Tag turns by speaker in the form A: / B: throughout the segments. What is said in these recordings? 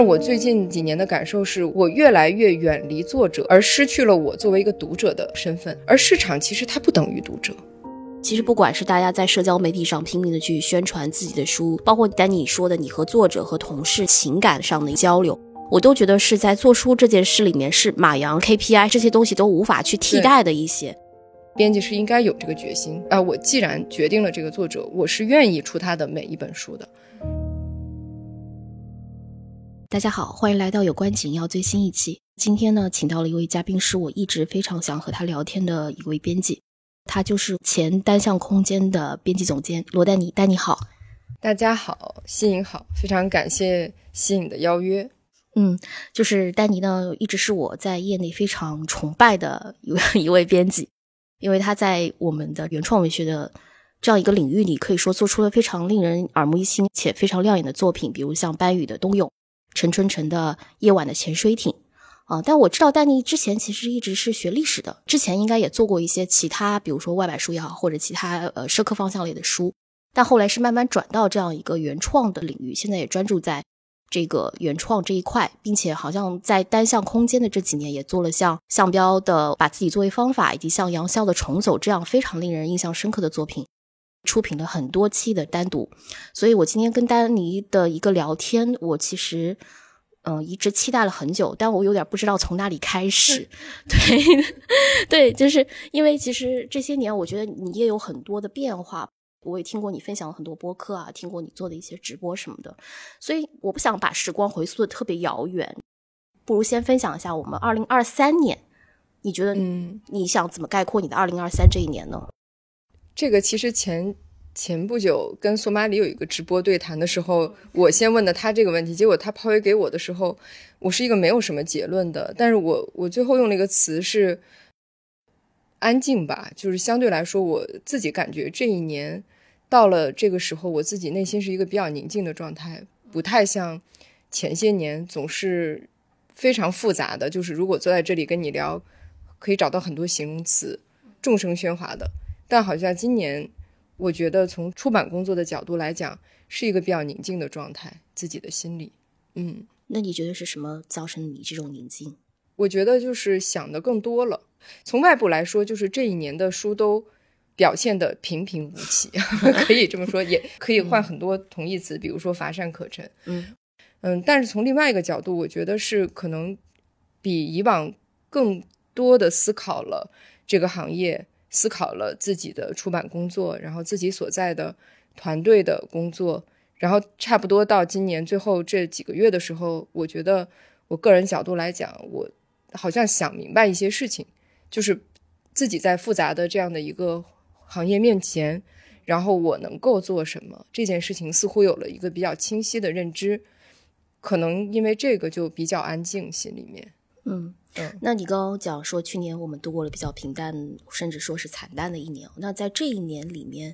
A: 我最近几年的感受是，我越来越远离作者，而失去了我作为一个读者的身份。而市场其实它不等于读者。
B: 其实不管是大家在社交媒体上拼命的去宣传自己的书，包括丹尼说的你和作者和同事情感上的交流，我都觉得是在做书这件事里面是马洋 KPI 这些东西都无法去替代的一些。
A: 编辑是应该有这个决心啊！我既然决定了这个作者，我是愿意出他的每一本书的。
B: 大家好，欢迎来到有关紧要最新一期。今天呢，请到了一位嘉宾，是我一直非常想和他聊天的一位编辑，他就是前单向空间的编辑总监罗丹尼。丹尼好。
A: 大家好，西颖好，非常感谢西颖的邀约。
B: 就是丹尼呢，一直是我在业内非常崇拜的一位编辑，因为他在我们的原创文学的这样一个领域里，可以说做出了非常令人耳目一新且非常亮眼的作品，比如像班宇的《冬泳》，陈春成的《夜晚的潜水艇》但我知道丹尼之前其实一直是学历史的，之前应该也做过一些其他，比如说外版书也好，或者其他社科方向类的书，但后来是慢慢转到这样一个原创的领域，现在也专注在这个原创这一块，并且好像在单向空间的这几年也做了像项标的把自己作为方法，以及像杨逍的重走这样非常令人印象深刻的作品，出品了很多期的单独。所以我今天跟丹尼的一个聊天，我其实一直期待了很久，但我有点不知道从哪里开始。对，就是因为其实这些年我觉得你也有很多的变化，我也听过你分享很多播客啊，听过你做的一些直播什么的，所以我不想把时光回溯的特别遥远，不如先分享一下我们2023年，你觉得你想怎么概括你的2023这一年呢？
A: 这个其实前不久跟索马里有一个直播对谈的时候，我先问的他这个问题，结果他抛回给我的时候，我是一个没有什么结论的，但是我最后用了一个词是安静吧，就是相对来说我自己感觉这一年到了这个时候，我自己内心是一个比较宁静的状态，不太像前些年总是非常复杂的，就是如果坐在这里跟你聊可以找到很多形容词，众声喧哗的，但好像今年我觉得从出版工作的角度来讲是一个比较宁静的状态，自己的心里。
B: 那你觉得是什么造成你这种宁静？
A: 我觉得就是想的更多了。从外部来说，就是这一年的书都表现得平平无奇可以这么说，也可以换很多同义词，比如说乏善可陈。但是从另外一个角度，我觉得是可能比以往更多的思考了这个行业，思考了自己的出版工作，然后自己所在的团队的工作，然后差不多到今年最后这几个月的时候，我觉得我个人角度来讲，我好像想明白一些事情，就是自己在复杂的这样的一个行业面前，然后我能够做什么，这件事情似乎有了一个比较清晰的认知，可能因为这个就比较安静心里面。
B: 那你刚刚讲说去年我们度过了比较平淡甚至说是惨淡的一年，那在这一年里面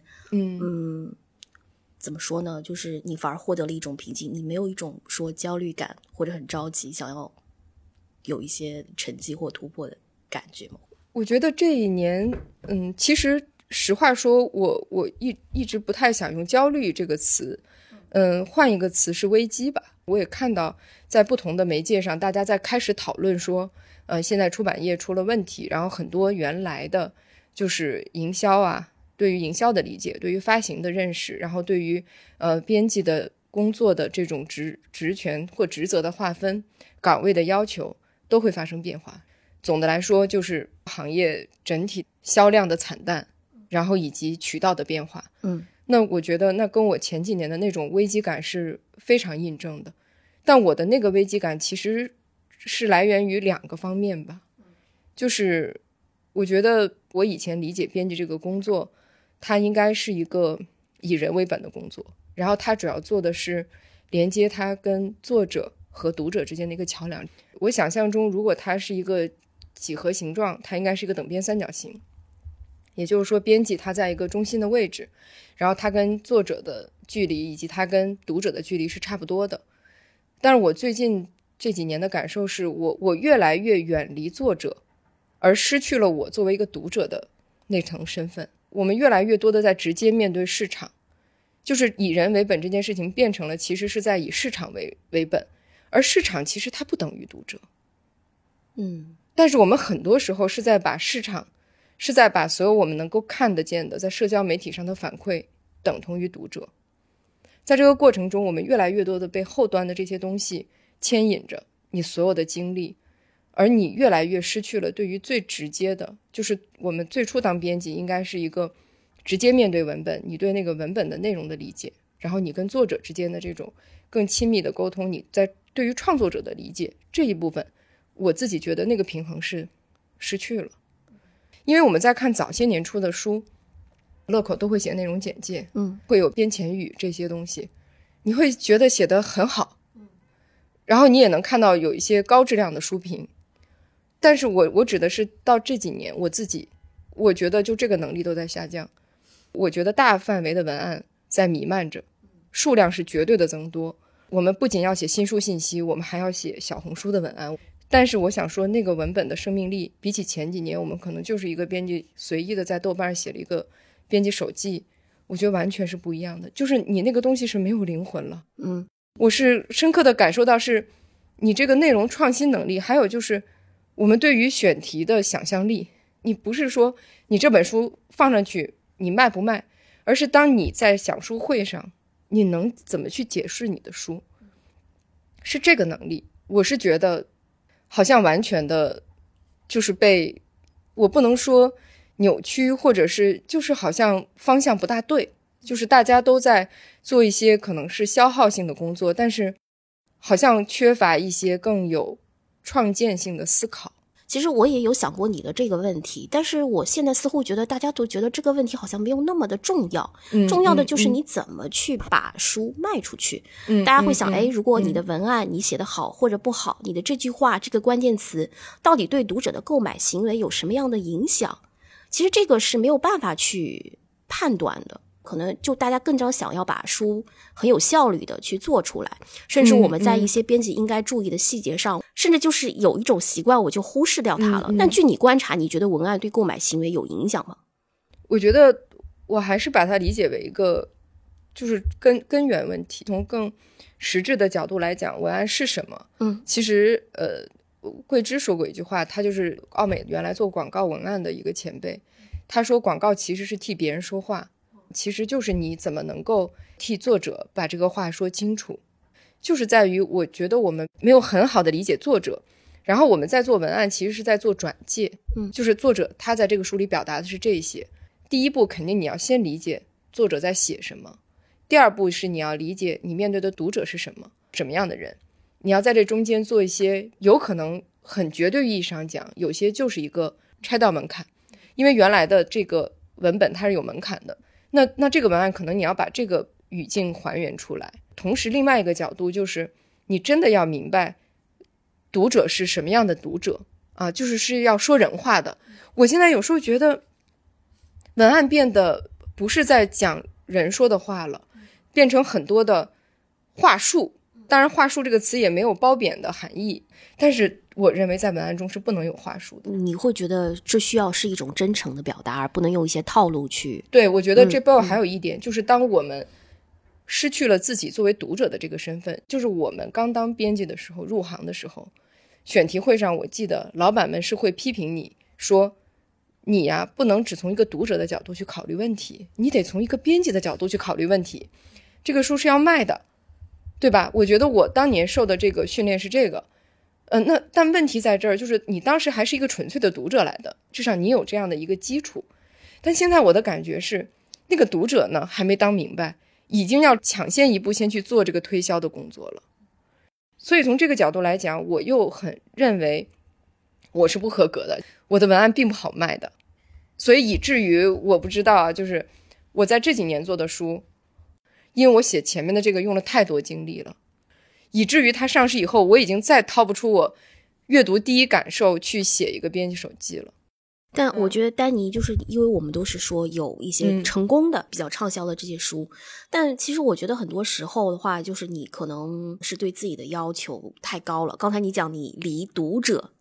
B: 怎么说呢，就是你反而获得了一种平静，你没有一种说焦虑感或者很着急想要有一些成绩或突破的感觉吗？
A: 我觉得这一年其实实话说我一直不太想用焦虑这个词，换一个词是危机吧。我也看到在不同的媒介上大家在开始讨论说现在出版业出了问题，然后很多原来的就是营销啊，对于营销的理解，对于发行的认识，然后对于编辑的工作的这种职权或职责的划分，岗位的要求都会发生变化。总的来说就是行业整体销量的惨淡，然后以及渠道的变化。那我觉得那跟我前几年的那种危机感是非常印证的，但我的那个危机感其实是来源于两个方面吧。就是我觉得我以前理解编辑这个工作，它应该是一个以人为本的工作，然后它主要做的是连接它跟作者和读者之间的一个桥梁。我想象中如果它是一个几何形状，它应该是一个等边三角形，也就是说编辑它在一个中心的位置，然后它跟作者的距离以及它跟读者的距离是差不多的。但是我最近这几年的感受是我越来越远离作者，而失去了我作为一个读者的那层身份。我们越来越多的在直接面对市场，就是以人为本这件事情变成了其实是在以市场为本， 而市场其实它不等于读者。但是我们很多时候是在把市场，是在把所有我们能够看得见的在社交媒体上的反馈等同于读者。在这个过程中，我们越来越多的被后端的这些东西牵引着你所有的精力，而你越来越失去了对于最直接的，就是我们最初当编辑应该是一个直接面对文本，你对那个文本的内容的理解，然后你跟作者之间的这种更亲密的沟通，你在对于创作者的理解这一部分，我自己觉得那个平衡是失去了。因为我们在看早些年出的书，乐口都会写内容简介，会有编前语这些东西，你会觉得写得很好，然后你也能看到有一些高质量的书评。但是我指的是到这几年我觉得就这个能力都在下降。我觉得大范围的文案在弥漫着，数量是绝对的增多。我们不仅要写新书信息，我们还要写小红书的文案。但是我想说，那个文本的生命力比起前几年，我们可能就是一个编辑随意的在豆瓣写了一个编辑手记，我觉得完全是不一样的。就是你那个东西是没有灵魂了。我是深刻的感受到是你这个内容创新能力，还有就是我们对于选题的想象力。你不是说你这本书放上去你卖不卖，而是当你在讲书会上你能怎么去解释你的书，是这个能力。我是觉得好像完全的就是被，我不能说扭曲，或者是就是好像方向不大对，就是大家都在做一些可能是消耗性的工作，但是好像缺乏一些更有创建性的思考。
B: 其实我也有想过你的这个问题，但是我现在似乎觉得大家都觉得这个问题好像没有那么的重要，重要的就是你怎么去把书卖出去。大家会想，如果你的文案你写得好或者不好，你的这句话这个关键词到底对读者的购买行为有什么样的影响？其实这个是没有办法去判断的。可能就大家更加想要把书很有效率的去做出来，甚至我们在一些编辑应该注意的细节上，甚至就是有一种习惯我就忽视掉它了。但据你观察，你觉得文案对购买行为有影响吗？
A: 我觉得我还是把它理解为一个就是根源问题。从更实质的角度来讲，文案是什么？其实桂枝说过一句话，他就是奥美原来做广告文案的一个前辈，他说广告其实是替别人说话，其实就是你怎么能够替作者把这个话说清楚。就是在于我觉得我们没有很好的理解作者，然后我们在做文案其实是在做转介，就是作者他在这个书里表达的是这些。第一步肯定你要先理解作者在写什么，第二步是你要理解你面对的读者是什么样的人，你要在这中间做一些有可能很绝对意义上讲有些就是一个拆到门槛，因为原来的这个文本它是有门槛的，那这个文案可能你要把这个语境还原出来。同时另外一个角度就是你真的要明白读者是什么样的读者啊，就是要说人话的。我现在有时候觉得文案变得不是在讲人说的话了，变成很多的话术。当然话术这个词也没有褒贬的含义，但是我认为在文案中是不能有话术的。
B: 你会觉得这需要是一种真诚的表达，而不能用一些套路去。
A: 对，我觉得这背后还有一点，就是当我们失去了自己作为读者的这个身份，就是我们刚当编辑的时候，入行的时候，选题会上我记得老板们是会批评你说，你呀不能只从一个读者的角度去考虑问题，你得从一个编辑的角度去考虑问题。这个书是要卖的，对吧？我觉得我当年受的这个训练是这个。但问题在这儿，就是你当时还是一个纯粹的读者来的，至少你有这样的一个基础。但现在我的感觉是，那个读者呢还没当明白，已经要抢先一步先去做这个推销的工作了。所以从这个角度来讲，我又很认为我是不合格的，我的文案并不好卖的。所以以至于我不知道啊，就是我在这几年做的书，因为我写前面的这个用了太多精力了，以至于它上市以后，我已经再掏不出我阅读第一感受去写一个编辑手记了。
B: 但我觉得丹尼就是因为我们都是说有一些成功的、比较畅销的这些书，但其实我觉得很多时候的话，就是你可能是对自己的要求太高了。刚才你讲你离读者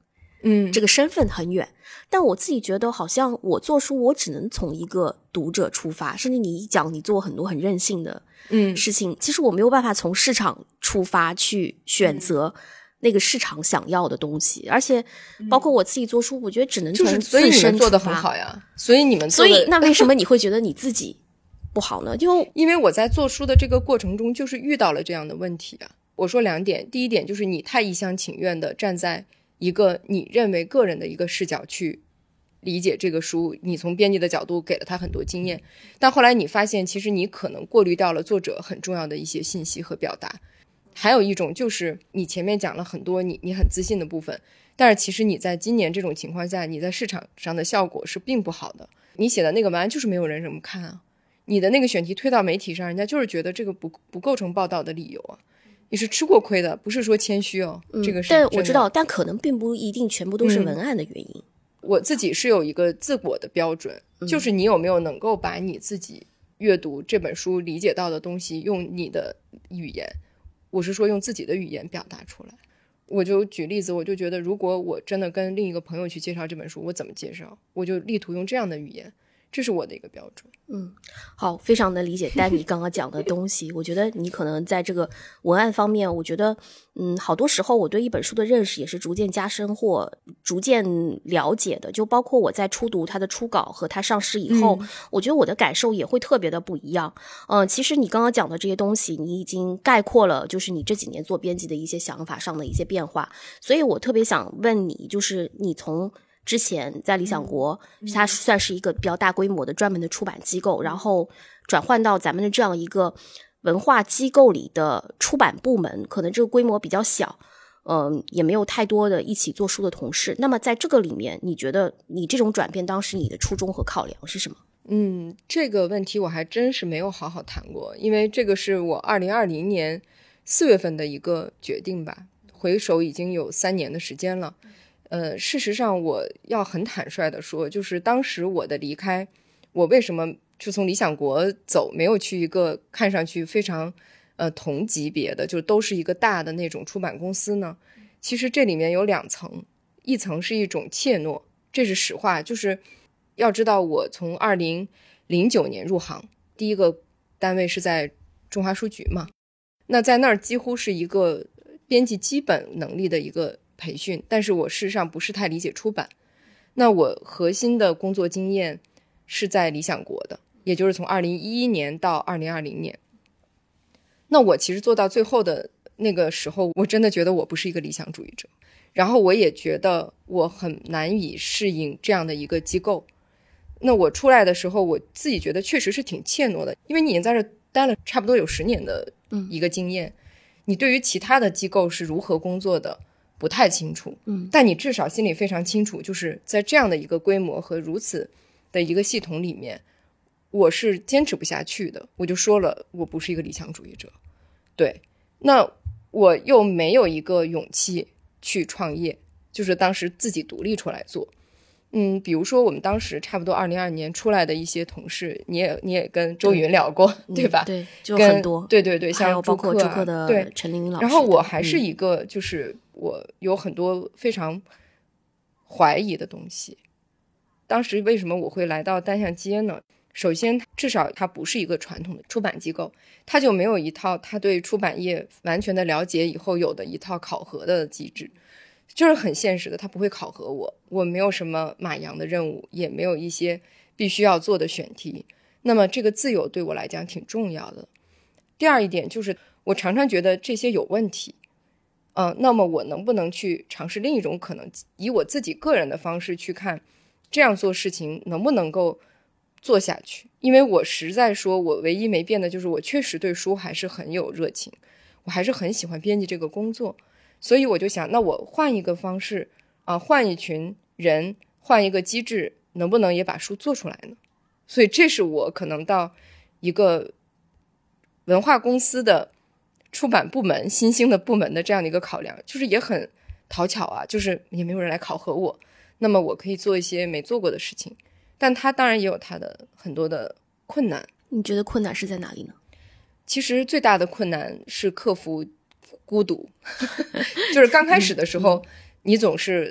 B: 这个身份很远。但我自己觉得好像我做书我只能从一个读者出发，甚至你一讲你做很多很任性的事情，其实我没有办法从市场出发去选择那个市场想要的东西，而且包括我自己做书，我觉得只能从自身出发。
A: 所以你们做得很好呀，所以
B: 那为什么你会觉得你自己不好呢？就
A: 因为我在做书的这个过程中就是遇到了这样的问题啊。我说2点，第一点就是你太一厢情愿的站在一个你认为个人的一个视角去理解这个书，你从编辑的角度给了他很多经验，但后来你发现其实你可能过滤掉了作者很重要的一些信息和表达。还有一种就是你前面讲了很多你很自信的部分，但是其实你在今年这种情况下，你在市场上的效果是并不好的。你写的那个文案就是没有人怎么看啊，你的那个选题推到媒体上，人家就是觉得这个不构成报道的理由啊。你是吃过亏的，不是说谦虚哦。这个是
B: 但我知道，但可能并不一定全部都是文案的原因。
A: 我自己是有一个自我的标准，就是你有没有能够把你自己阅读这本书理解到的东西用你的语言，我是说用自己的语言表达出来。我就举例子，我就觉得如果我真的跟另一个朋友去介绍这本书，我怎么介绍，我就力图用这样的语言，这是我的一个标准。
B: 好，非常的理解丹妮刚刚讲的东西。我觉得你可能在这个文案方面，我觉得好多时候我对一本书的认识也是逐渐加深或逐渐了解的，就包括我在初读它的初稿和它上市以后，我觉得我的感受也会特别的不一样。其实你刚刚讲的这些东西，你已经概括了就是你这几年做编辑的一些想法上的一些变化，所以我特别想问你，就是你从之前在理想国，它算是一个比较大规模的专门的出版机构，然后转换到咱们的这样一个文化机构里的出版部门，可能这个规模比较小，也没有太多的一起做书的同事。那么在这个里面，你觉得你这种转变当时你的初衷和考量是什么？
A: 这个问题我还真是没有好好谈过，因为这个是我2020年4月份的一个决定吧，回首已经有3年的时间了。事实上我要很坦率的说，就是当时我的离开，我为什么就从理想国走，没有去一个看上去非常同级别的，就都是一个大的那种出版公司呢？其实这里面有2层，一层是一种怯懦，这是实话，就是要知道我从2009年入行，第一个单位是在中华书局嘛，那在那儿几乎是一个编辑基本能力的一个培训，但是我事实上不是太理解出版。那我核心的工作经验是在理想国的，也就是从2011年到2020年。那我其实做到最后的那个时候，我真的觉得我不是一个理想主义者，然后我也觉得我很难以适应这样的一个机构。那我出来的时候，我自己觉得确实是挺怯懦的，因为你已经在这待了差不多有10年的一个经验，你对于其他的机构是如何工作的不太清楚，但你至少心里非常清楚，就是在这样的一个规模和如此的一个系统里面，我是坚持不下去的。我就说了，我不是一个理想主义者。对，那我又没有一个勇气去创业，就是当时自己独立出来做。比如说我们当时差不多2022年出来的一些同事，你也跟周云聊过，对吧？
B: 对，就很多。
A: 对对对，像
B: 包括朱克的
A: 对
B: 陈凌云老师。
A: 然后我还是一个，就是我有很多非常怀疑的东西。当时为什么我会来到单向街呢？首先，至少它不是一个传统的出版机构，它就没有一套它对出版业完全的了解以后有的一套考核的机制。就是很现实的，他不会考核我没有什么马洋的任务，也没有一些必须要做的选题，那么这个自由对我来讲挺重要的。第二一点就是我常常觉得这些有问题，那么我能不能去尝试另一种可能，以我自己个人的方式去看这样做事情能不能够做下去。因为我实在说我唯一没变的就是我确实对书还是很有热情，我还是很喜欢编辑这个工作，所以我就想，那我换一个方式换一群人，换一个机制，能不能也把书做出来呢？所以这是我可能到一个文化公司的出版部门，新兴的部门的这样的一个考量，就是也很讨巧啊，就是也没有人来考核我，那么我可以做一些没做过的事情，但它当然也有它的很多的困难。
B: 你觉得困难是在哪里呢？
A: 其实最大的困难是克服孤独就是刚开始的时候你总是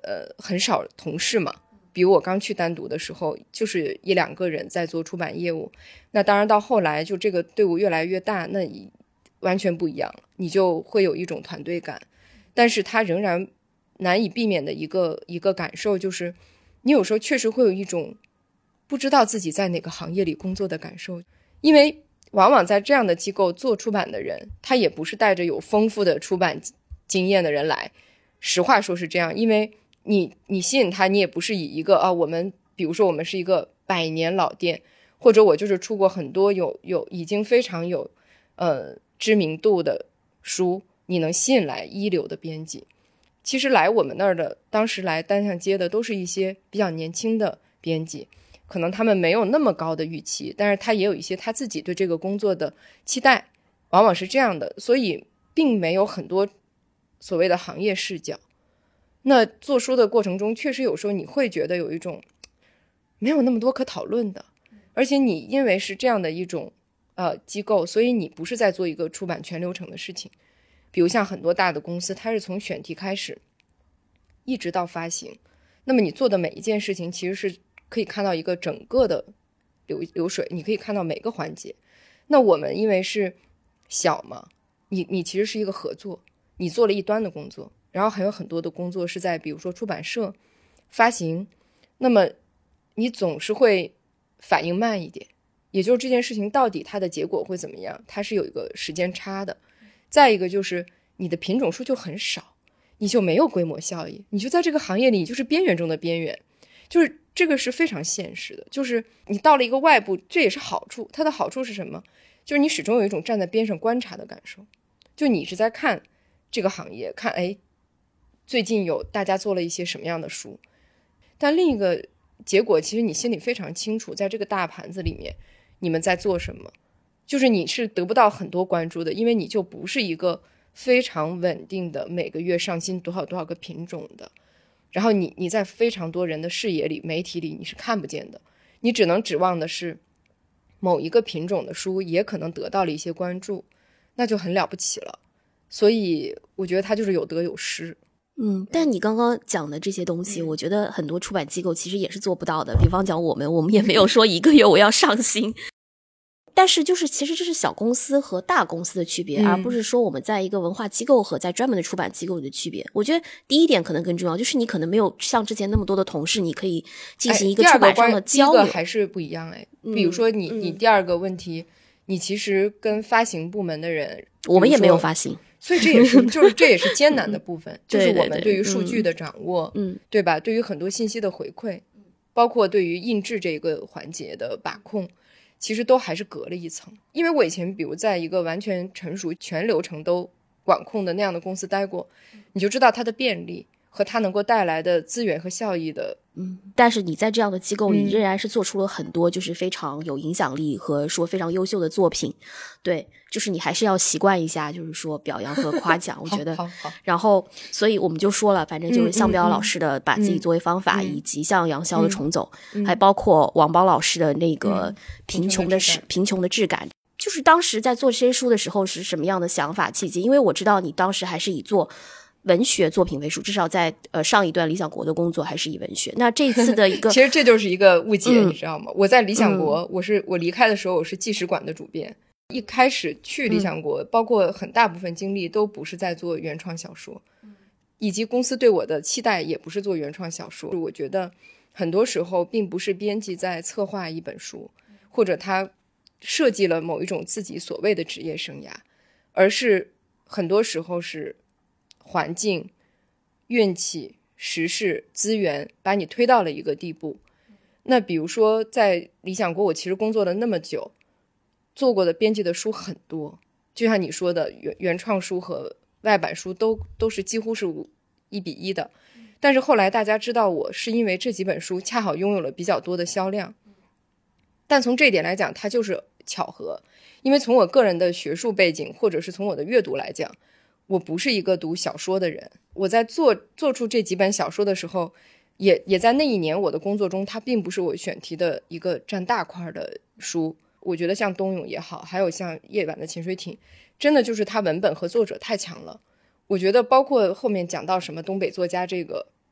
A: 很少同事嘛，比如我刚去单独的时候就是1-2个人在做出版业务，那当然到后来就这个队伍越来越大，那完全不一样，你就会有一种团队感，但是它仍然难以避免的一个感受就是你有时候确实会有一种不知道自己在哪个行业里工作的感受，因为往往在这样的机构做出版的人，他也不是带着有丰富的出版经验的人来，实话说是这样，因为你吸引他，你也不是以一个我们比如说我们是一个100年老店，或者我就是出过很多有已经非常有知名度的书，你能吸引来一流的编辑。其实来我们那儿的，当时来单向街的都是一些比较年轻的编辑，可能他们没有那么高的预期，但是他也有一些他自己对这个工作的期待，往往是这样的，所以并没有很多所谓的行业视角。那做书的过程中，确实有时候你会觉得有一种没有那么多可讨论的，而且你因为是这样的一种机构，所以你不是在做一个出版全流程的事情。比如像很多大的公司，它是从选题开始一直到发行，那么你做的每一件事情其实是可以看到一个整个的流水，你可以看到每个环节。那我们因为是小嘛，你其实是一个合作，你做了一端的工作，然后还有很多的工作是在比如说出版社发行，那么你总是会反应慢一点，也就是这件事情到底它的结果会怎么样，它是有一个时间差的。再一个就是你的品种数就很少，你就没有规模效益，你就在这个行业里你就是边缘中的边缘，就是这个是非常现实的，就是你到了一个外部，这也是好处。它的好处是什么？就是你始终有一种站在边上观察的感受，就你是在看这个行业，看最近有大家做了一些什么样的书，但另一个结果其实你心里非常清楚，在这个大盘子里面你们在做什么，就是你是得不到很多关注的，因为你就不是一个非常稳定的每个月上新多少个品种的，然后你在非常多人的视野里媒体里你是看不见的，你只能指望的是某一个品种的书也可能得到了一些关注，那就很了不起了。所以我觉得它就是有得有失。
B: 但你刚刚讲的这些东西，我觉得很多出版机构其实也是做不到的。比方讲我们也没有说1个月我要上新，但是就是其实这是小公司和大公司的区别，而不是说我们在一个文化机构和在专门的出版机构的区别。我觉得第一点可能更重要，就是你可能没有像之前那么多的同事，你可以进行一个出版上的交流。
A: 第二个还是不一样比如说你第二个问题，你其实跟发行部门的人，
B: 我们也没有发行，
A: 所以这也是艰难的部分就是我们对于数据的掌握，对吧？对于很多信息的回馈，包括对于印制这个环节的把控，其实都还是隔了一层。因为我以前比如在一个完全成熟全流程都管控的那样的公司待过，你就知道它的便利和它能够带来的资源和效益的。
B: 但是你在这样的机构里仍然是做出了很多就是非常有影响力和说非常优秀的作品。对，就是你还是要习惯一下就是说表扬和夸奖我觉得
A: 好。
B: 然后所以我们就说了，反正就是向彪老师的把自己作为方法，以及像杨潇的重走，还包括王宝老师的那个贫穷的质感。就是当时在做这些书的时候是什么样的想法契机？因为我知道你当时还是以做文学作品为主，至少在上一段理想国的工作还是以文学。那这次的一个
A: 其实这就是一个误解，你知道吗？我在理想国，我离开的时候我是纪实馆的主编，一开始去理想国，包括很大部分精力都不是在做原创小说，以及公司对我的期待也不是做原创小说。我觉得很多时候并不是编辑在策划一本书，或者他设计了某一种自己所谓的职业生涯，而是很多时候是环境、运气、时事、资源把你推到了一个地步。那比如说在理想国，我其实工作了那么久，做过的编辑的书很多，就像你说的原创书和外版书都是几乎是1:1的。但是后来大家知道我是因为这几本书恰好拥有了比较多的销量，但从这一点来讲它就是巧合。因为从我个人的学术背景或者是从我的阅读来讲，我不是一个读小说的人。我在做出这几本小说的时候，也在那一年我的工作中，它并不是我选题的一个占大块的书。我觉得像冬泳也好，还有像夜晚的潜水艇，真的就是它文本和作者太强了。我觉得包括后面讲到什么东北作家这个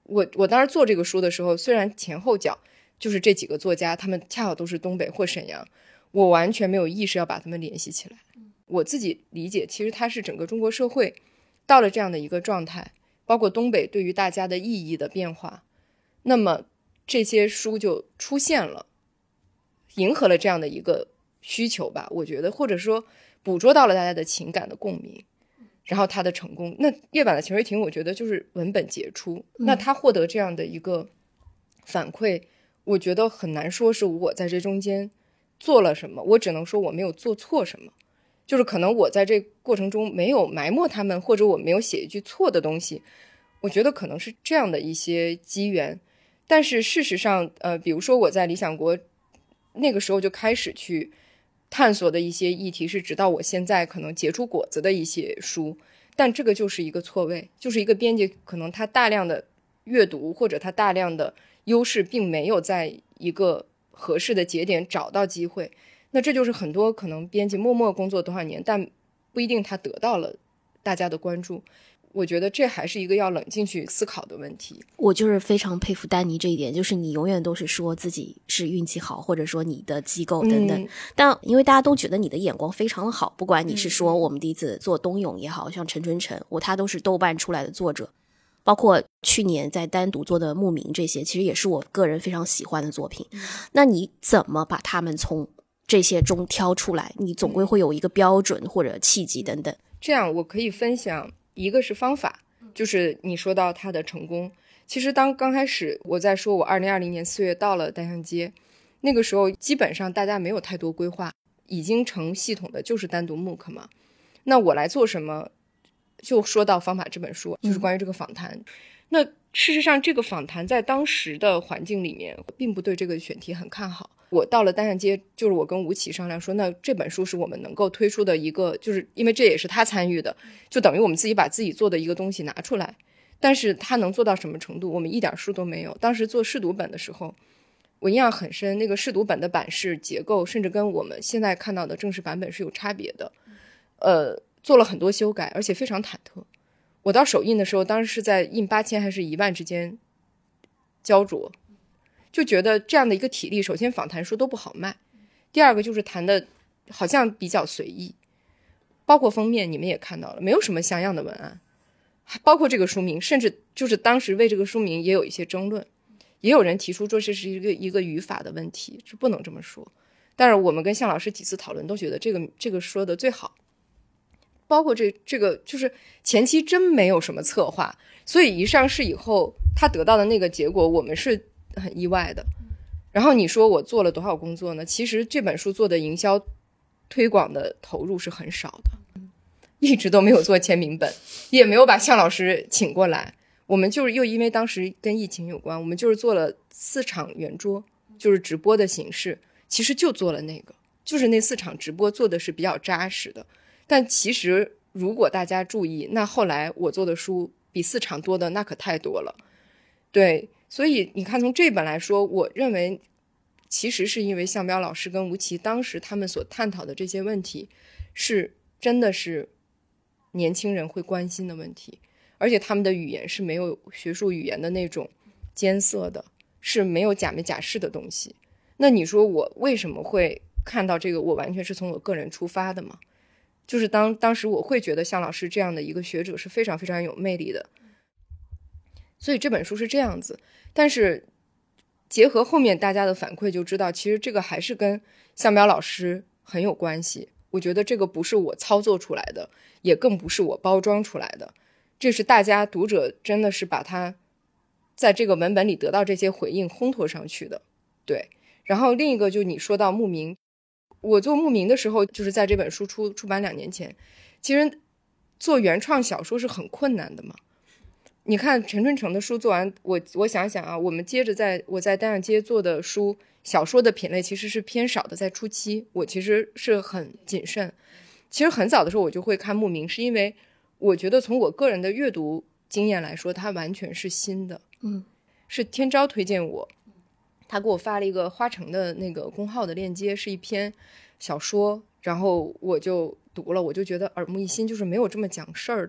A: 我当时做这个书的时候，虽然前后脚就是这几个作家他们恰好都是东北或沈阳，我完全没有意识要把他们联系起来。我自己理解，其实它是整个中国社会到了这样的一个状态，包括东北对于大家的意义的变化，那么这些书就出现了，迎合了这样的一个需求吧，我觉得，或者说捕捉到了大家的情感的共鸣，然后他的成功。那月版的潜水艇我觉得就是文本杰出，那他获得这样的一个反馈，我觉得很难说是我在这中间做了什么，我只能说我没有做错什么，就是可能我在这过程中没有埋没他们，或者我没有写一句错的东西，我觉得可能是这样的一些机缘。但是事实上比如说我在理想国那个时候就开始去探索的一些议题，是直到我现在可能结出果子的一些书，但这个就是一个错位，就是一个编辑可能他大量的阅读或者他大量的优势并没有在一个合适的节点找到机会，那这就是很多可能编辑默默工作多少年，但不一定他得到了大家的关注。我觉得这还是一个要冷静去思考的问题。
B: 我就是非常佩服丹妮这一点，就是你永远都是说自己是运气好，或者说你的机构等等，但因为大家都觉得你的眼光非常的好，不管你是说我们第一次做冬泳也好，像陈春成他都是豆瓣出来的作者，包括去年在单独做的牧民，这些其实也是我个人非常喜欢的作品。那你怎么把他们从这些中挑出来？你总归会有一个标准或者契机等等。
A: 这样我可以分享，一个是方法，就是你说到他的成功。其实当刚开始我在说我2020年4月到了单向街，那个时候基本上大家没有太多规划，已经成系统的就是单独 MOOC 嘛。那我来做什么，就说到方法这本书，就是关于这个访谈。那事实上这个访谈在当时的环境里面并不对这个选题很看好。我到了单向街，就是我跟吴奇商量说，那这本书是我们能够推出的一个，就是因为这也是他参与的，就等于我们自己把自己做的一个东西拿出来，但是他能做到什么程度，我们一点书都没有。当时做试读本的时候，我印象很深，那个试读本的版式结构甚至跟我们现在看到的正式版本是有差别的，做了很多修改，而且非常忐忑。我到首印的时候，当时是在印8000还是1万之间焦灼，就觉得这样的一个体力，首先访谈书都不好卖，第二个就是谈的好像比较随意，包括封面你们也看到了，没有什么像样的文案，包括这个书名，甚至就是当时为这个书名也有一些争论，也有人提出说这是一个语法的问题，是不能这么说。但是我们跟向老师几次讨论都觉得这个说的最好。包括这个就是前期真没有什么策划，所以一上市以后他得到的那个结果我们是很意外的。然后你说我做了多少工作呢？其实这本书做的营销推广的投入是很少的，一直都没有做签名本，也没有把向老师请过来。我们就是又因为当时跟疫情有关，我们就是做了4场圆桌，就是直播的形式，其实就做了那个，就是那4场直播做的是比较扎实的。但其实如果大家注意，那后来我做的书比4场多的那可太多了。对，所以你看从这本来说，我认为其实是因为向彪老师跟吴奇当时他们所探讨的这些问题是真的是年轻人会关心的问题，而且他们的语言是没有学术语言的那种艰涩的，是没有假没假式的东西。那你说我为什么会看到这个，我完全是从我个人出发的嘛，就是当时我会觉得向老师这样的一个学者是非常非常有魅力的，所以这本书是这样子。但是结合后面大家的反馈就知道，其实这个还是跟向彪老师很有关系。我觉得这个不是我操作出来的，也更不是我包装出来的，这是大家读者真的是把他在这个文本里得到这些回应烘托上去的。对，然后另一个就你说到牧民，我做牧民的时候就是在这本书出版2年前，其实做原创小说是很困难的嘛。你看陈春成的书做完，我想想啊，我们接着我在单向街做的书，小说的品类其实是偏少的，在初期我其实是很谨慎。其实很早的时候我就会看牧民，是因为我觉得从我个人的阅读经验来说，它完全是新的。是天昭推荐我，他给我发了一个花城的那个公号的链接，是一篇小说，然后我就读了，我就觉得耳目一新，就是没有这么讲事儿的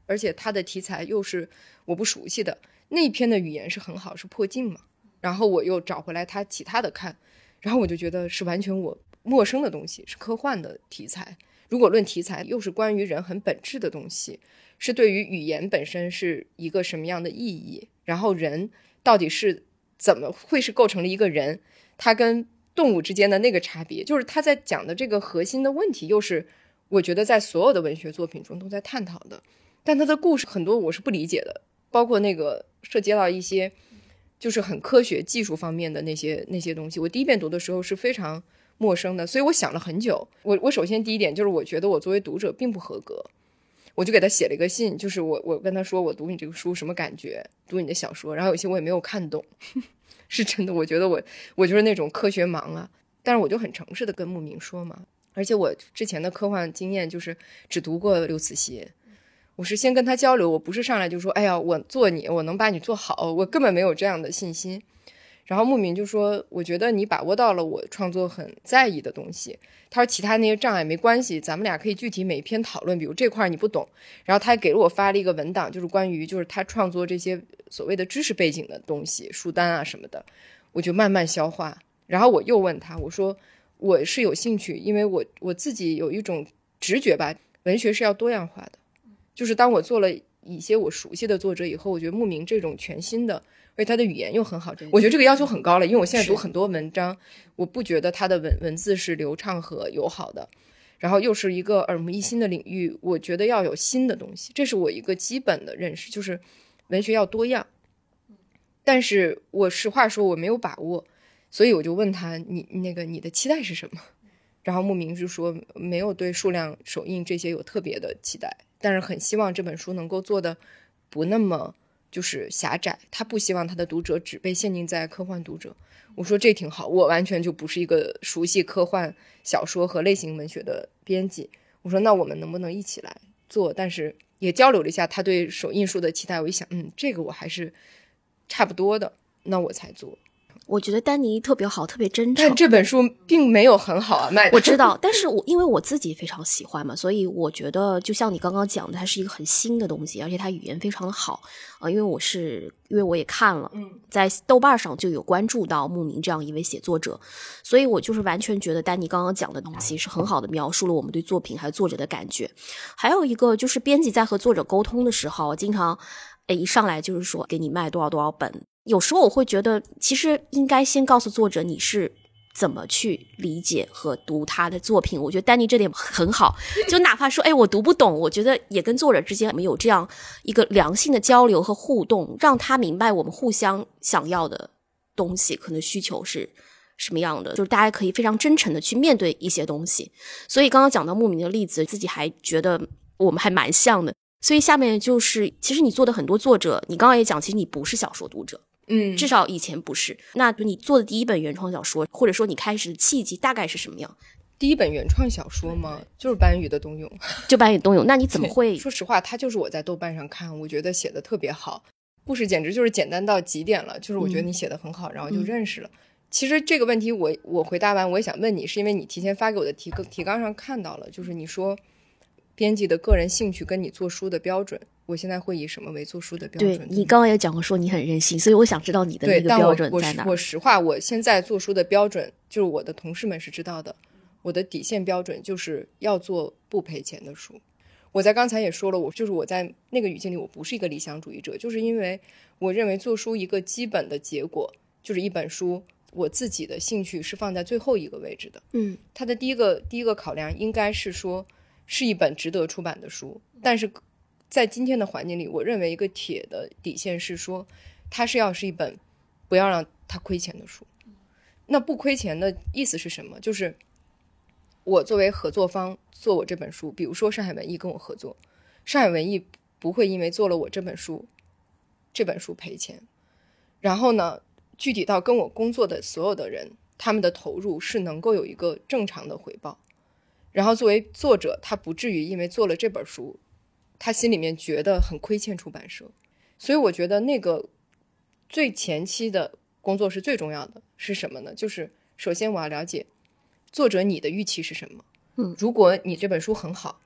A: 而且它的题材又是我不熟悉的，那一篇的语言是很好，是破镜嘛，然后我又找回来它其他的看，然后我就觉得是完全我陌生的东西，是科幻的题材。如果论题材，又是关于人很本质的东西，是对于语言本身是一个什么样的意义，然后人到底是怎么会是构成了一个人，他跟动物之间的那个差别，就是他在讲的这个核心的问题，又是我觉得在所有的文学作品中都在探讨的。但他的故事很多我是不理解的，包括那个涉及到一些就是很科学技术方面的那些东西，我第一遍读的时候是非常陌生的，所以我想了很久。我首先第一点就是我觉得我作为读者并不合格，我就给他写了一个信，就是我跟他说我读你这个书什么感觉，读你的小说，然后有些我也没有看懂是真的，我觉得我就是那种科学盲啊，但是我就很诚实的跟牧民说嘛，而且我之前的科幻经验就是只读过刘慈欣，我是先跟他交流，我不是上来就说哎呀我做你我能把你做好，我根本没有这样的信心。然后牧民就说我觉得你把握到了我创作很在意的东西，他说其他那些障碍没关系，咱们俩可以具体每一篇讨论，比如这块你不懂，然后他还给了我发了一个文档，就是关于就是他创作这些所谓的知识背景的东西，书单啊什么的，我就慢慢消化。然后我又问他，我说我是有兴趣，因为我自己有一种直觉吧，文学是要多样化的，就是当我做了一些我熟悉的作者以后，我觉得牧民这种全新的，而且他的语言又很好，我觉得这个要求很高了，因为我现在读很多文章，我不觉得他的文字是流畅和友好的，然后又是一个耳目一新的领域，我觉得要有新的东西，这是我一个基本的认识，就是文学要多样。但是我实话说我没有把握，所以我就问他你的期待是什么，然后牧民就说没有对数量首印这些有特别的期待，但是很希望这本书能够做的不那么就是狭窄，他不希望他的读者只被限定在科幻读者。我说这挺好，我完全就不是一个熟悉科幻小说和类型文学的编辑，我说那我们能不能一起来做，但是也交流了一下他对首印书的期待，我一想这个我还是差不多的，那我才做。
B: 我觉得丹尼特别好，特别真诚。
A: 但这本书并没有很好啊，卖的。
B: 我知道，但是因为我自己非常喜欢嘛，所以我觉得就像你刚刚讲的，它是一个很新的东西，而且它语言非常的好因为我也看了，在豆瓣上就有关注到牧民这样一位写作者，所以我就是完全觉得丹尼刚刚讲的东西是很好的描述了我们对作品还有作者的感觉。还有一个就是编辑在和作者沟通的时候，经常一上来就是说给你卖多少多少本，有时候我会觉得其实应该先告诉作者你是怎么去理解和读他的作品。我觉得丹尼这点很好，就哪怕说我读不懂，我觉得也跟作者之间我们有这样一个良性的交流和互动，让他明白我们互相想要的东西可能需求是什么样的，就是大家可以非常真诚的去面对一些东西。所以刚刚讲到牧民的例子，自己还觉得我们还蛮像的。所以下面就是其实你做的很多作者，你刚刚也讲其实你不是小说读者，至少以前不是。那你做的第一本原创小说，或者说你开始的契机大概是什么样？
A: 第一本原创小说吗？就是班宇的《冬泳》，
B: 就班宇《冬泳》。那你怎么会？
A: 说实话，他就是我在豆瓣上看，我觉得写的特别好，故事简直就是简单到极点了，就是我觉得你写的很好，然后就认识了。其实这个问题我回答完，我也想问你，是因为你提前发给我的提纲上看到了，就是你说编辑的个人兴趣跟你做书的标准，我现在会以什么为做书的标准？
B: 对，你刚刚也讲过说你很任性，所以我想知道你的那个标准在哪。
A: 我实话，我现在做书的标准就是我的同事们是知道的，我的底线标准就是要做不赔钱的书。我在刚才也说了，我在那个语境里我不是一个理想主义者，就是因为我认为做书一个基本的结果就是一本书我自己的兴趣是放在最后一个位置的。它的第一个考量应该是说是一本值得出版的书，但是在今天的环境里，我认为一个铁的底线是说它要是一本不要让它亏钱的书。那不亏钱的意思是什么？就是我作为合作方做我这本书，比如说上海文艺跟我合作，上海文艺不会因为做了我这本书赔钱，然后呢具体到跟我工作的所有的人，他们的投入是能够有一个正常的回报，然后作为作者他不至于因为做了这本书他心里面觉得很亏欠出版社。所以我觉得那个最前期的工作是最重要的。是什么呢？就是首先我要了解作者你的预期是什么。如果你这本书很好，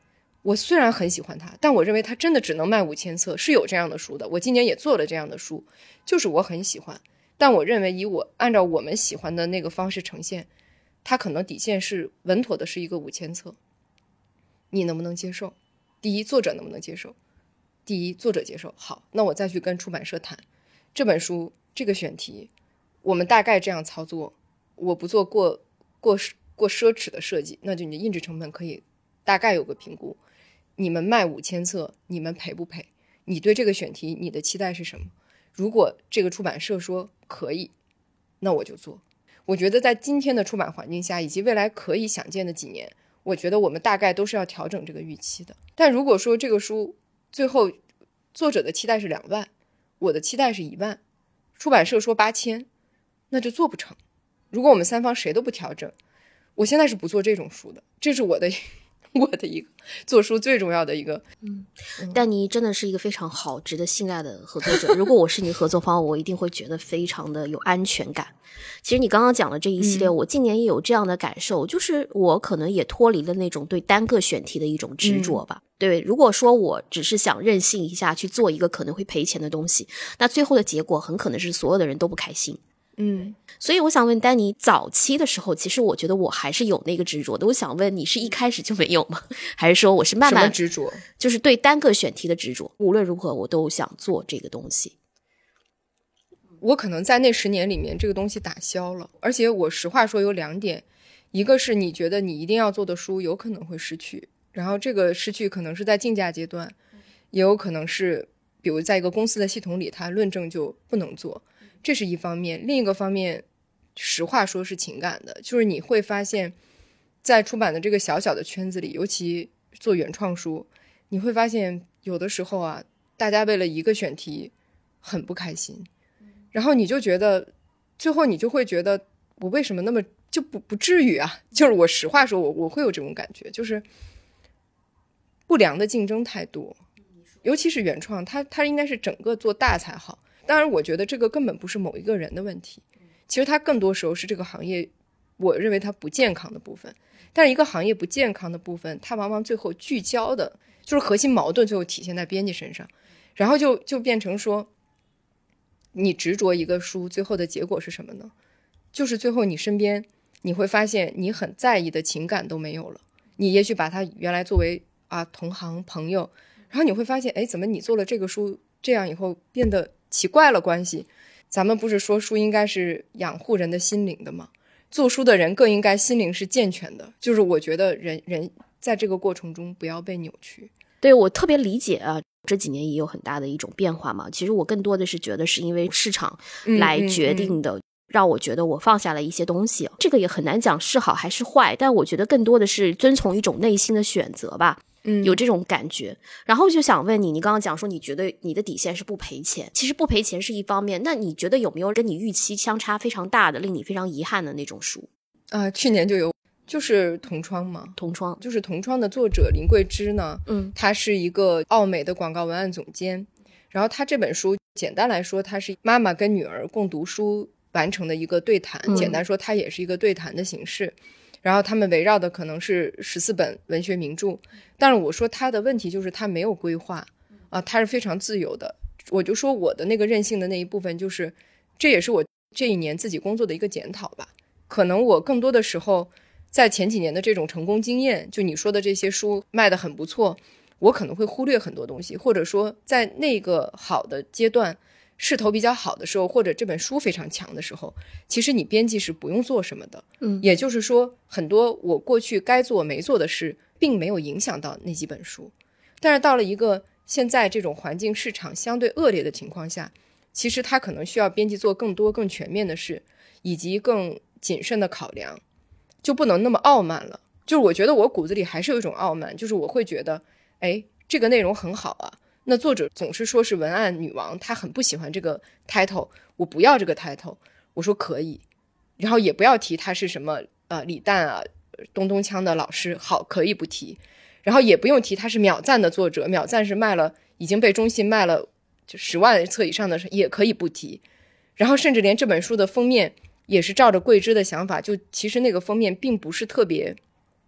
A: 我虽然很喜欢它，但我认为它真的只能卖5000册，是有这样的书的。我今年也做了这样的书，就是我很喜欢，但我认为按照我们喜欢的那个方式呈现，它可能底线是稳妥的是一个5000册。你能不能接受？第一，作者能不能接受？第一，作者接受，好，那我再去跟出版社谈这本书这个选题，我们大概这样操作，我不做过奢侈的设计，那就你的印制成本可以大概有个评估。你们卖5000册，你们赔不赔？你对这个选题你的期待是什么？如果这个出版社说可以，那我就做。我觉得在今天的出版环境下，以及未来可以想见的几年，我觉得我们大概都是要调整这个预期的。但如果说这个书最后作者的期待是2万，我的期待是1万，出版社说8000，那就做不成。如果我们三方谁都不调整，我现在是不做这种书的，这是我的一个做书最重要的一个。
B: 但你真的是一个非常好值得信赖的合作者，如果我是你合作方，我一定会觉得非常的有安全感。其实你刚刚讲的这一系列，我近年也有这样的感受，就是我可能也脱离了那种对单个选题的一种执着吧。对，如果说我只是想任性一下去做一个可能会赔钱的东西，那最后的结果很可能是所有的人都不开心。所以我想问丹尼，早期的时候其实我觉得我还是有那个执着的，我想问你是一开始就没有吗？还是说我是慢慢
A: 什么执着？
B: 就是对单个选题的执着，无论如何我都想做这个东西。
A: 我可能在那10年里面这个东西打消了，而且我实话说有2点，一个是你觉得你一定要做的书有可能会失去，然后这个失去可能是在竞价阶段，也有可能是比如在一个公司的系统里它论证就不能做，这是一方面。另一个方面实话说是情感的，就是你会发现在出版的这个小小的圈子里，尤其做原创书，你会发现有的时候啊，大家为了一个选题很不开心，然后你就觉得最后你就会觉得我为什么那么就不至于啊，就是我实话说我会有这种感觉，就是不良的竞争太多，尤其是原创，它应该是整个做大才好。当然我觉得这个根本不是某一个人的问题，其实它更多时候是这个行业我认为它不健康的部分。但是一个行业不健康的部分，它往往最后聚焦的就是核心矛盾最后体现在编辑身上，然后就变成说你执着一个书最后的结果是什么呢？就是最后你身边你会发现你很在意的情感都没有了，你也许把它原来作为同行朋友，然后你会发现怎么你做了这个书这样以后变得奇怪了关系。咱们不是说书应该是养护人的心灵的吗？做书的人更应该心灵是健全的，就是我觉得人在这个过程中不要被扭曲。
B: 对，我特别理解啊，这几年也有很大的一种变化嘛。其实我更多的是觉得是因为市场来决定的，让我觉得我放下了一些东西。这个也很难讲是好还是坏，但我觉得更多的是遵从一种内心的选择吧。有这种感觉。然后就想问你，你刚刚讲说你觉得你的底线是不赔钱，其实不赔钱是一方面，那你觉得有没有跟你预期相差非常大的令你非常遗憾的那种书？
A: 去年就有，就是同窗嘛。
B: 同窗
A: 就是同窗的作者林桂枝呢，他是一个奥美的广告文案总监，然后他这本书简单来说他是妈妈跟女儿共读书完成的一个对谈，简单说它也是一个对谈的形式，然后他们围绕的可能是14本文学名著，但是我说他的问题就是他没有规划他是非常自由的。我就说我的那个任性的那一部分，就是这也是我这一年自己工作的一个检讨吧。可能我更多的时候在前几年的这种成功经验，就你说的这些书卖得很不错，我可能会忽略很多东西，或者说在那个好的阶段势头比较好的时候，或者这本书非常强的时候，其实你编辑是不用做什么的。也就是说很多我过去该做没做的事并没有影响到那几本书。但是到了一个现在这种环境市场相对恶劣的情况下，其实他可能需要编辑做更多更全面的事，以及更谨慎的考量，就不能那么傲慢了。就是我觉得我骨子里还是有一种傲慢，就是我会觉得这个内容很好啊，那作者总是说是文案女王，她很不喜欢这个 title， 我不要这个 title， 我说可以，然后也不要提她是什么李诞啊东东锵的老师，好，可以不提，然后也不用提她是秒赞的作者，秒赞是卖了已经被中信卖了就10万册以上的，也可以不提，然后甚至连这本书的封面也是照着桂枝的想法，就其实那个封面并不是特别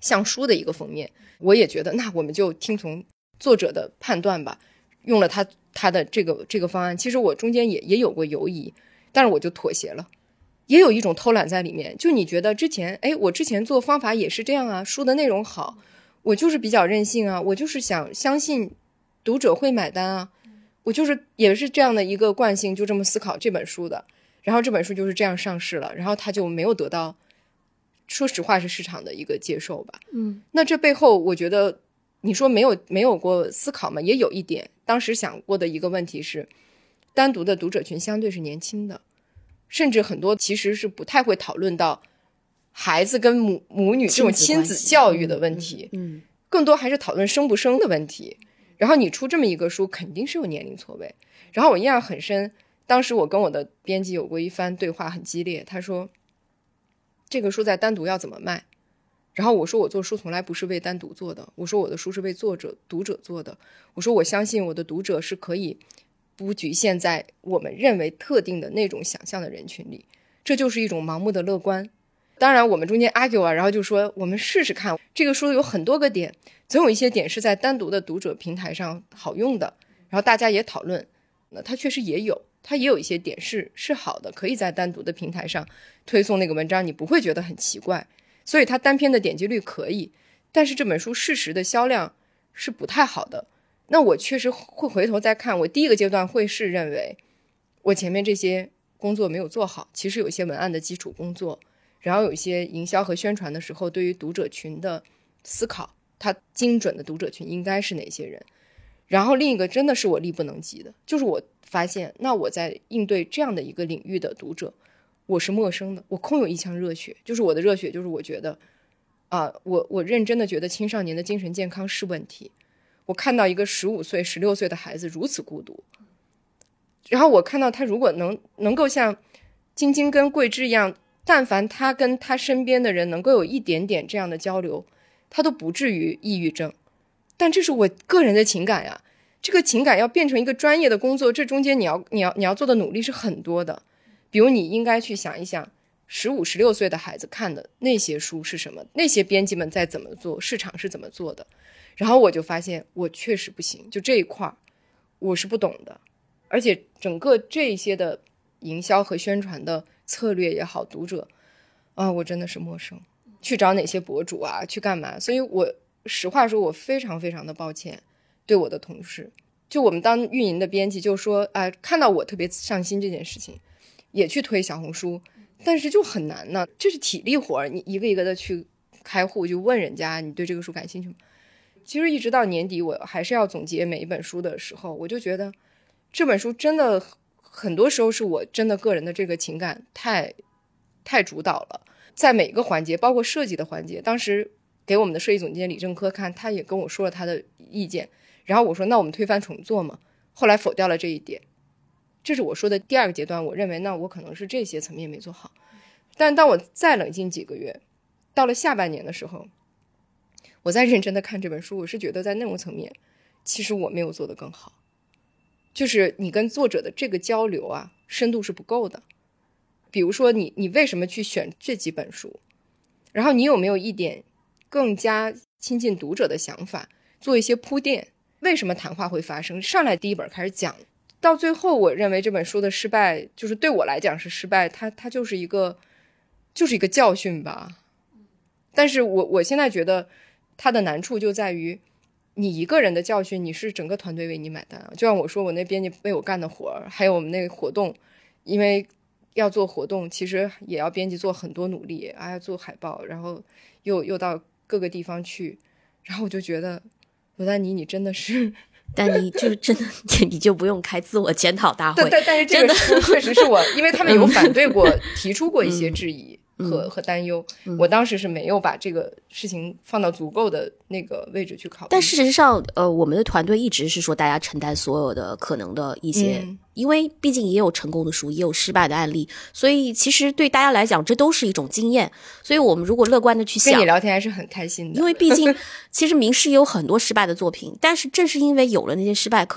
A: 像书的一个封面，我也觉得那我们就听从作者的判断吧，用了他的这个方案。其实我中间也有过犹疑，但是我就妥协了。也有一种偷懒在里面，就你觉得我之前做方法也是这样啊，书的内容好，我就是比较任性啊，我就是想相信读者会买单啊，我就是也是这样的一个惯性，就这么思考这本书的，然后这本书就是这样上市了，然后它就没有得到，说实话是市场的一个接受吧。那这背后我觉得你说没有过思考吗？也有一点，当时想过的一个问题是，单独的读者群相对是年轻的，甚至很多其实是不太会讨论到孩子跟母女这种亲子教育的问题，更多还是讨论生不生的问题。然后你出这么一个书肯定是有年龄错位。然后我印象很深，当时我跟我的编辑有过一番对话，很激烈。他说这个书在单独要怎么卖，然后我说我做书从来不是为单独做的，我说我的书是为读者做的，我说我相信我的读者是可以不局限在我们认为特定的那种想象的人群里，这就是一种盲目的乐观。当然我们中间 argue 啊，然后就说我们试试看，这个书有很多个点，总有一些点是在单独的读者平台上好用的，然后大家也讨论，那它确实它也有一些点是好的，可以在单独的平台上推送那个文章，你不会觉得很奇怪，所以它单篇的点击率可以，但是这本书事实的销量是不太好的。那我确实会回头再看，我第一个阶段会是认为我前面这些工作没有做好，其实有一些文案的基础工作，然后有一些营销和宣传的时候对于读者群的思考，它精准的读者群应该是哪些人。然后另一个真的是我力不能及的，就是我发现那我在应对这样的一个领域的读者，我是陌生的，我空有一腔热血，就是我的热血就是我觉得我认真的觉得青少年的精神健康是问题。我看到一个15岁16岁的孩子如此孤独，然后我看到他如果能够像晶晶跟桂枝一样，但凡他跟他身边的人能够有一点点这样的交流，他都不至于抑郁症。但这是我个人的情感呀，这个情感要变成一个专业的工作，这中间你要做的努力是很多的。比如你应该去想一想15、16岁的孩子看的那些书是什么，那些编辑们在怎么做，市场是怎么做的。然后我就发现我确实不行，就这一块我是不懂的，而且整个这些的营销和宣传的策略也好，读者我真的是陌生，去找哪些博主啊，去干嘛。所以我实话说，我非常非常的抱歉对我的同事，就我们当运营的编辑就说看到我特别上心这件事情，也去推小红书，但是就很难呢，这是体力活，你一个一个的去开户，就问人家你对这个书感兴趣吗？其实一直到年底我还是要总结每一本书的时候，我就觉得这本书真的很多时候是我真的个人的这个情感太主导了，在每个环节包括设计的环节，当时给我们的设计总监李正科看，他也跟我说了他的意见，然后我说那我们推翻重做嘛，后来否掉了这一点。这是我说的第二个阶段，我认为那我可能是这些层面没做好。但当我再冷静几个月，到了下半年的时候，我在认真的看这本书，我是觉得在内容层面其实我没有做得更好，就是你跟作者的这个交流深度是不够的。比如说你为什么去选这几本书，然后你有没有一点更加亲近读者的想法，做一些铺垫，为什么谈话会发生，上来第一本开始讲，到最后我认为这本书的失败，就是对我来讲是失败，它就是一个教训吧。但是我现在觉得它的难处就在于你一个人的教训，你是整个团队为你买单。就像我说我那编辑为我干的活，还有我们那个活动，因为要做活动其实也要编辑做很多努力要做海报，然后又到各个地方去，然后我就觉得罗丹妮你真的是
B: 但你就真的你就不用开自我检讨大会。
A: 但是这个确实是我因为他们有反对过提出过一些质疑和担忧，我当时是没有把这个事情放到足够的那个位置去考虑。
B: 但事实上我们的团队一直是说大家承担所有的可能的一些因为毕竟也有成功的书，也有失败的案例，所以其实对大家来讲这都是一种经验。所以我们如果乐观的去想，
A: 跟你聊天还是很开心的，
B: 因为毕竟其实明世也有很多失败的作品，但是正是因为有了那些失败，可能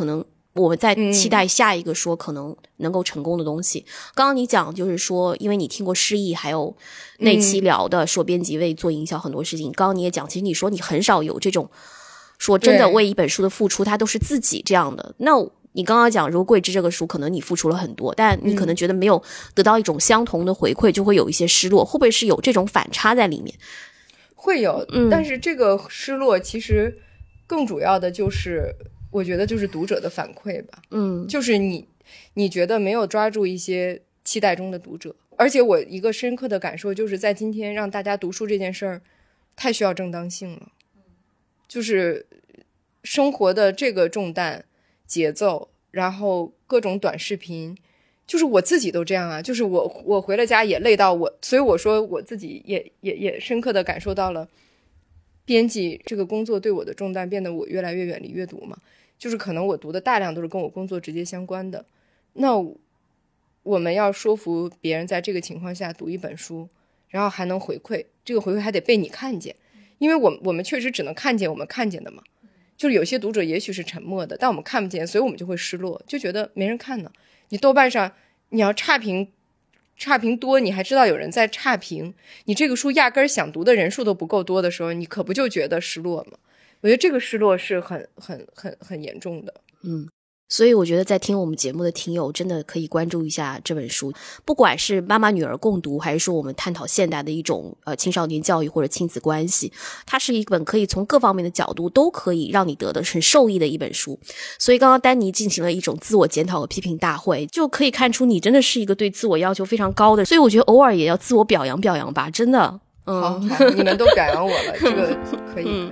B: 我们在期待下一个说可能能够成功的东西。刚刚你讲就是说，因为你听过诗意，还有那期聊的说编辑为做营销很多事情，刚刚你也讲，其实你说你很少有这种说真的为一本书的付出，它都是自己这样的。那你刚刚讲如果桂枝这个书可能你付出了很多，但你可能觉得没有得到一种相同的回馈，就会有一些失落，会不会是有这种反差在里面？
A: 会有，但是这个失落其实更主要的就是我觉得就是读者的反馈吧，就是你觉得没有抓住一些期待中的读者，而且我一个深刻的感受就是在今天让大家读书这件事儿太需要正当性了，就是生活的这个重担节奏，然后各种短视频，就是我自己都这样啊，就是我回了家也累到我，所以我说我自己也深刻的感受到了编辑这个工作对我的重担变得我越来越远离阅读嘛，就是可能我读的大量都是跟我工作直接相关的，那我们要说服别人在这个情况下读一本书，然后还能回馈，这个回馈还得被你看见，因为我们确实只能看见我们看见的嘛，就是有些读者也许是沉默的，但我们看不见，所以我们就会失落，就觉得没人看呢。你豆瓣上你要差评多，你还知道有人在差评，你这个书压根儿想读的人数都不够多的时候，你可不就觉得失落吗？我觉得这个失落是很严重的。
B: 所以我觉得在听我们节目的听友真的可以关注一下这本书，不管是妈妈女儿共读，还是说我们探讨现代的一种青少年教育或者亲子关系，它是一本可以从各方面的角度都可以让你得的很受益的一本书。所以刚刚丹妮进行了一种自我检讨和批评大会，就可以看出你真的是一个对自我要求非常高的，所以我觉得偶尔也要自我表扬表扬吧，真的。
A: 好，你们都表扬我了，这个可以。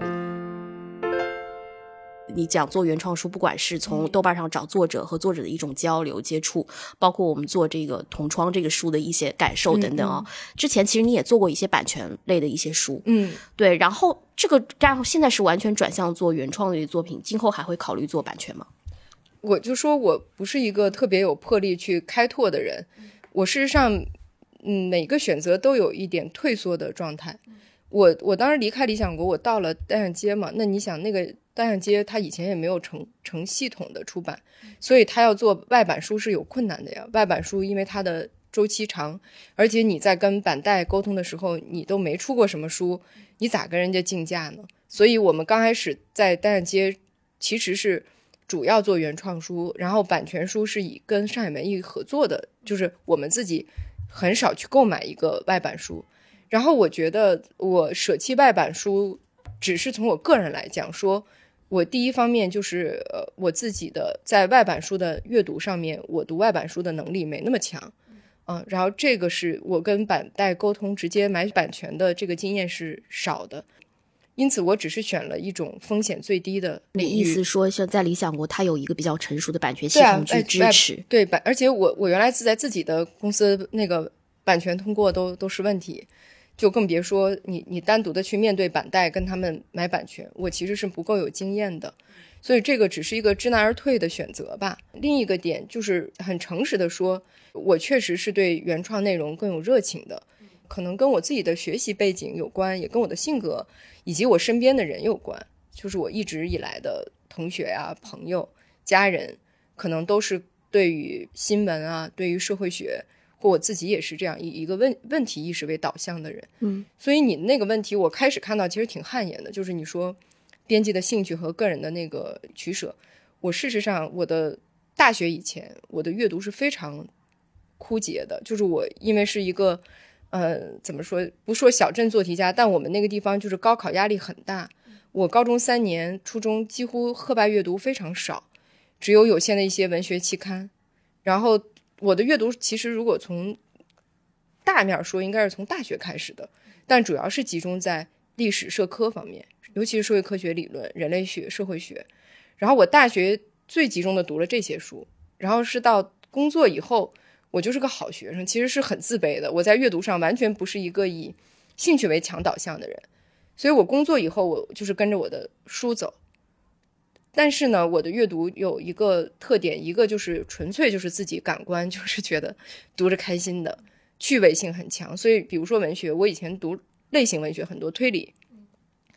B: 你讲做原创书，不管是从豆瓣上找作者和作者的一种交流接触，包括我们做这个同窗这个书的一些感受等等啊。之前其实你也做过一些版权类的一些书，对，然后现在是完全转向做原创类的作品，今后还会考虑做版权吗？
A: 我就说我不是一个特别有魄力去开拓的人，我事实上每个选择都有一点退缩的状态。我当时离开理想国，我到了单向街嘛，那你想那个单向街它以前也没有成系统的出版，所以它要做外版书是有困难的呀。外版书因为它的周期长，而且你在跟版代沟通的时候你都没出过什么书，你咋跟人家竞价呢？所以我们刚开始在单向街其实是主要做原创书，然后版权书是以跟上海文艺合作的，就是我们自己很少去购买一个外版书。然后我觉得我舍弃外版书只是从我个人来讲说，我第一方面就是我自己的在外版书的阅读上面，我读外版书的能力没那么强，然后这个是我跟版代沟通直接买版权的这个经验是少的，因此我只是选了一种风险最低的领域。
B: 你意思说像在理想国它有一个比较成熟的版权系统去支持？
A: 对，而且我原来是在自己的公司那个版权通过都是问题，就更别说你单独的去面对版代跟他们买版权，我其实是不够有经验的，所以这个只是一个知难而退的选择吧。另一个点就是很诚实的说，我确实是对原创内容更有热情的，可能跟我自己的学习背景有关，也跟我的性格以及我身边的人有关，就是我一直以来的同学啊、朋友、家人，可能都是对于新闻啊、对于社会学或我自己也是这样一个问题意识为导向的人。所以你那个问题我开始看到其实挺汗颜的，就是你说编辑的兴趣和个人的那个取舍，我事实上我的大学以前我的阅读是非常枯竭的，就是我因为是一个怎么说，不说小镇做题家，但我们那个地方就是高考压力很大，我高中3年初中几乎课外阅读非常少，只有限的一些文学期刊，然后我的阅读其实如果从大面说应该是从大学开始的，但主要是集中在历史社科方面，尤其是社会科学理论、人类学、社会学，然后我大学最集中的读了这些书，然后是到工作以后我就是个好学生，其实是很自卑的，我在阅读上完全不是一个以兴趣为强导向的人，所以我工作以后我就是跟着我的书走。但是呢，我的阅读有一个特点，一个就是纯粹就是自己感官就是觉得读着开心的，趣味性很强。所以比如说文学，我以前读类型文学很多，推理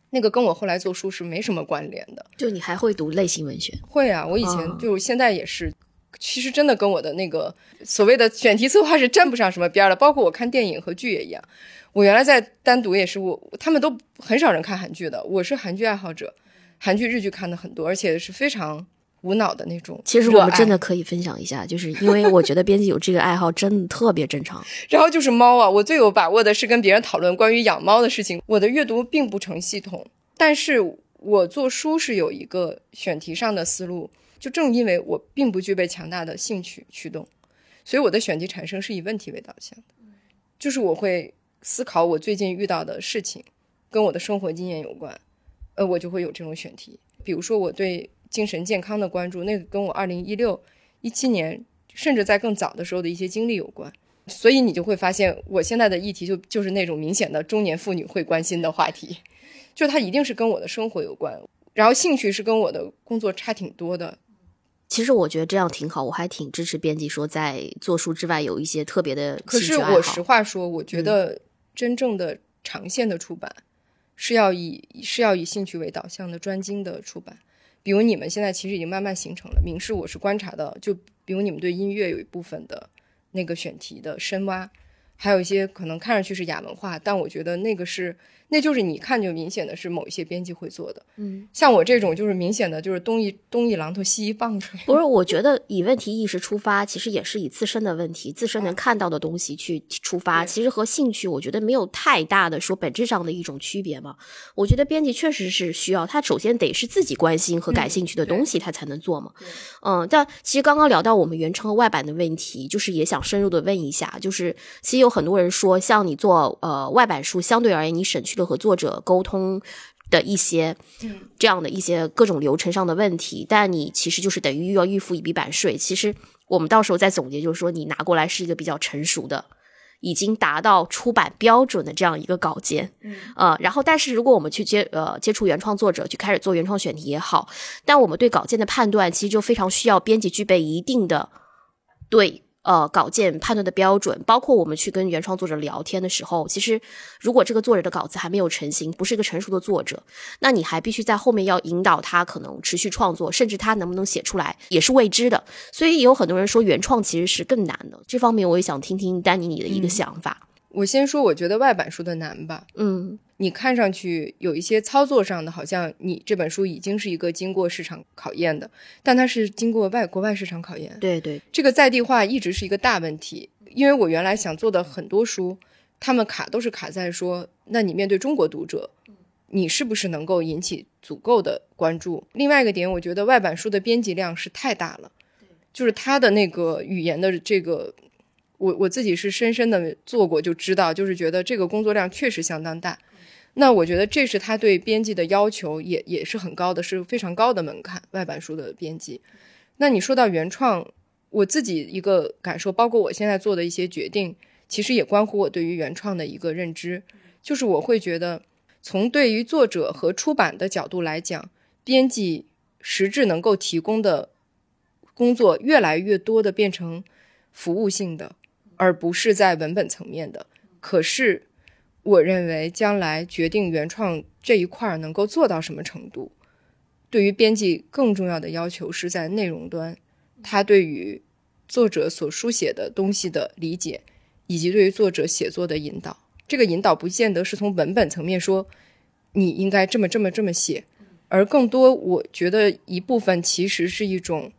A: 那个跟我后来做书是没什么关联的。
B: 就你还会读类型文学？
A: 会啊，我以前就是现在也是，其实真的跟我的那个所谓的选题策划是沾不上什么边的，包括我看电影和剧也一样。我原来在单独也是他们都很少人看韩剧的，我是韩剧爱好者，韩剧日剧看的很多，而且是非常无脑的那种。
B: 其实我们真的可以分享一下，就是因为我觉得编辑有这个爱好真的特别正常。
A: 然后就是猫啊，我最有把握的是跟别人讨论关于养猫的事情。我的阅读并不成系统，但是我做书是有一个选题上的思路，就正因为我并不具备强大的兴趣驱动，所以我的选题产生是以问题为导向的，就是我会思考我最近遇到的事情跟我的生活经验有关，我就会有这种选题。比如说我对精神健康的关注，那个跟我2016、17年甚至在更早的时候的一些经历有关，所以你就会发现我现在的议题就是那种明显的中年妇女会关心的话题，就它一定是跟我的生活有关，然后兴趣是跟我的工作差挺多的。
B: 其实我觉得这样挺好，我还挺支持编辑说在做书之外有一些特别的兴趣爱好。
A: 可是我实话说，我觉得真正的长线的出版是要以兴趣为导向的专精的出版。比如你们现在其实已经慢慢形成了，明示我是观察到，就比如你们对音乐有一部分的那个选题的深挖，还有一些可能看上去是亚文化，但我觉得那就是你看就明显的是某一些编辑会做的。像我这种就是明显的就是东一榔头西一棒槌。
B: 不是，我觉得以问题意识出发，其实也是以自身的问题、自身能看到的东西去出发，其实和兴趣我觉得没有太大的说本质上的一种区别嘛。我觉得编辑确实是需要他首先得是自己关心和感兴趣的东西他才能做嘛。但其实刚刚聊到我们原创和外版的问题，就是也想深入的问一下，就是其实有很多人说像你做外版书相对而言你省去了和作者沟通的一些这样的一些各种流程上的问题，但你其实就是等于要预付一笔版税。其实我们到时候再总结，就是说你拿过来是一个比较成熟的已经达到出版标准的这样一个稿件。然后但是如果我们去接触原创作者，去开始做原创选题也好，但我们对稿件的判断其实就非常需要编辑具备一定的对稿件判断的标准，包括我们去跟原创作者聊天的时候，其实如果这个作者的稿子还没有成型，不是一个成熟的作者，那你还必须在后面要引导他可能持续创作，甚至他能不能写出来也是未知的。所以有很多人说原创其实是更难的，这方面我也想听听丹尼你的一个想法。
A: 我先说我觉得外版书的难吧。你看上去有一些操作上的，好像你这本书已经是一个经过市场考验的，但它是经过国外市场考验。
B: 对对，
A: 这个在地化一直是一个大问题。因为我原来想做的很多书，他们都是卡在说，那你面对中国读者，你是不是能够引起足够的关注。另外一个点，我觉得外版书的编辑量是太大了，就是它的那个语言的这个我自己是深深的做过就知道，就是觉得这个工作量确实相当大。那我觉得这是他对编辑的要求也是很高的，是非常高的门槛，外版书的编辑。那你说到原创，我自己一个感受，包括我现在做的一些决定，其实也关乎我对于原创的一个认知，就是我会觉得从对于作者和出版的角度来讲，编辑实质能够提供的工作越来越多的变成服务性的，而不是在文本层面的。可是我认为将来决定原创这一块能够做到什么程度，对于编辑更重要的要求是在内容端，他对于作者所书写的东西的理解，以及对于作者写作的引导。这个引导不见得是从文本层面说你应该这么写，而更多我觉得一部分其实是一种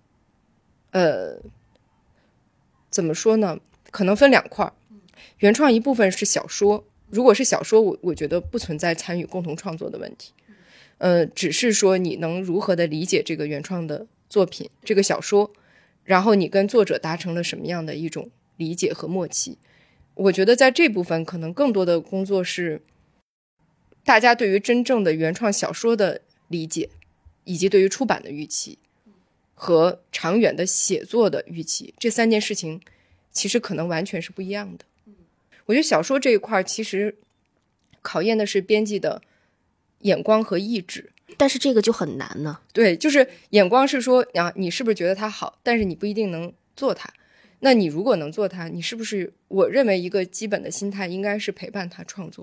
A: 怎么说呢，可能分两块。原创一部分是小说，如果是小说，我觉得不存在参与共同创作的问题，只是说你能如何的理解这个原创的作品，这个小说，然后你跟作者达成了什么样的一种理解和默契。我觉得在这部分可能更多的工作是大家对于真正的原创小说的理解，以及对于出版的预期和长远的写作的预期，这三件事情其实可能完全是不一样的。我觉得小说这一块其实考验的是编辑的眼光和意志，
B: 但是这个就很难呢。
A: 对，就是眼光是说你是不是觉得它好，但是你不一定能做它。那你如果能做它，你是不是，我认为一个基本的心态应该是陪伴他创作的。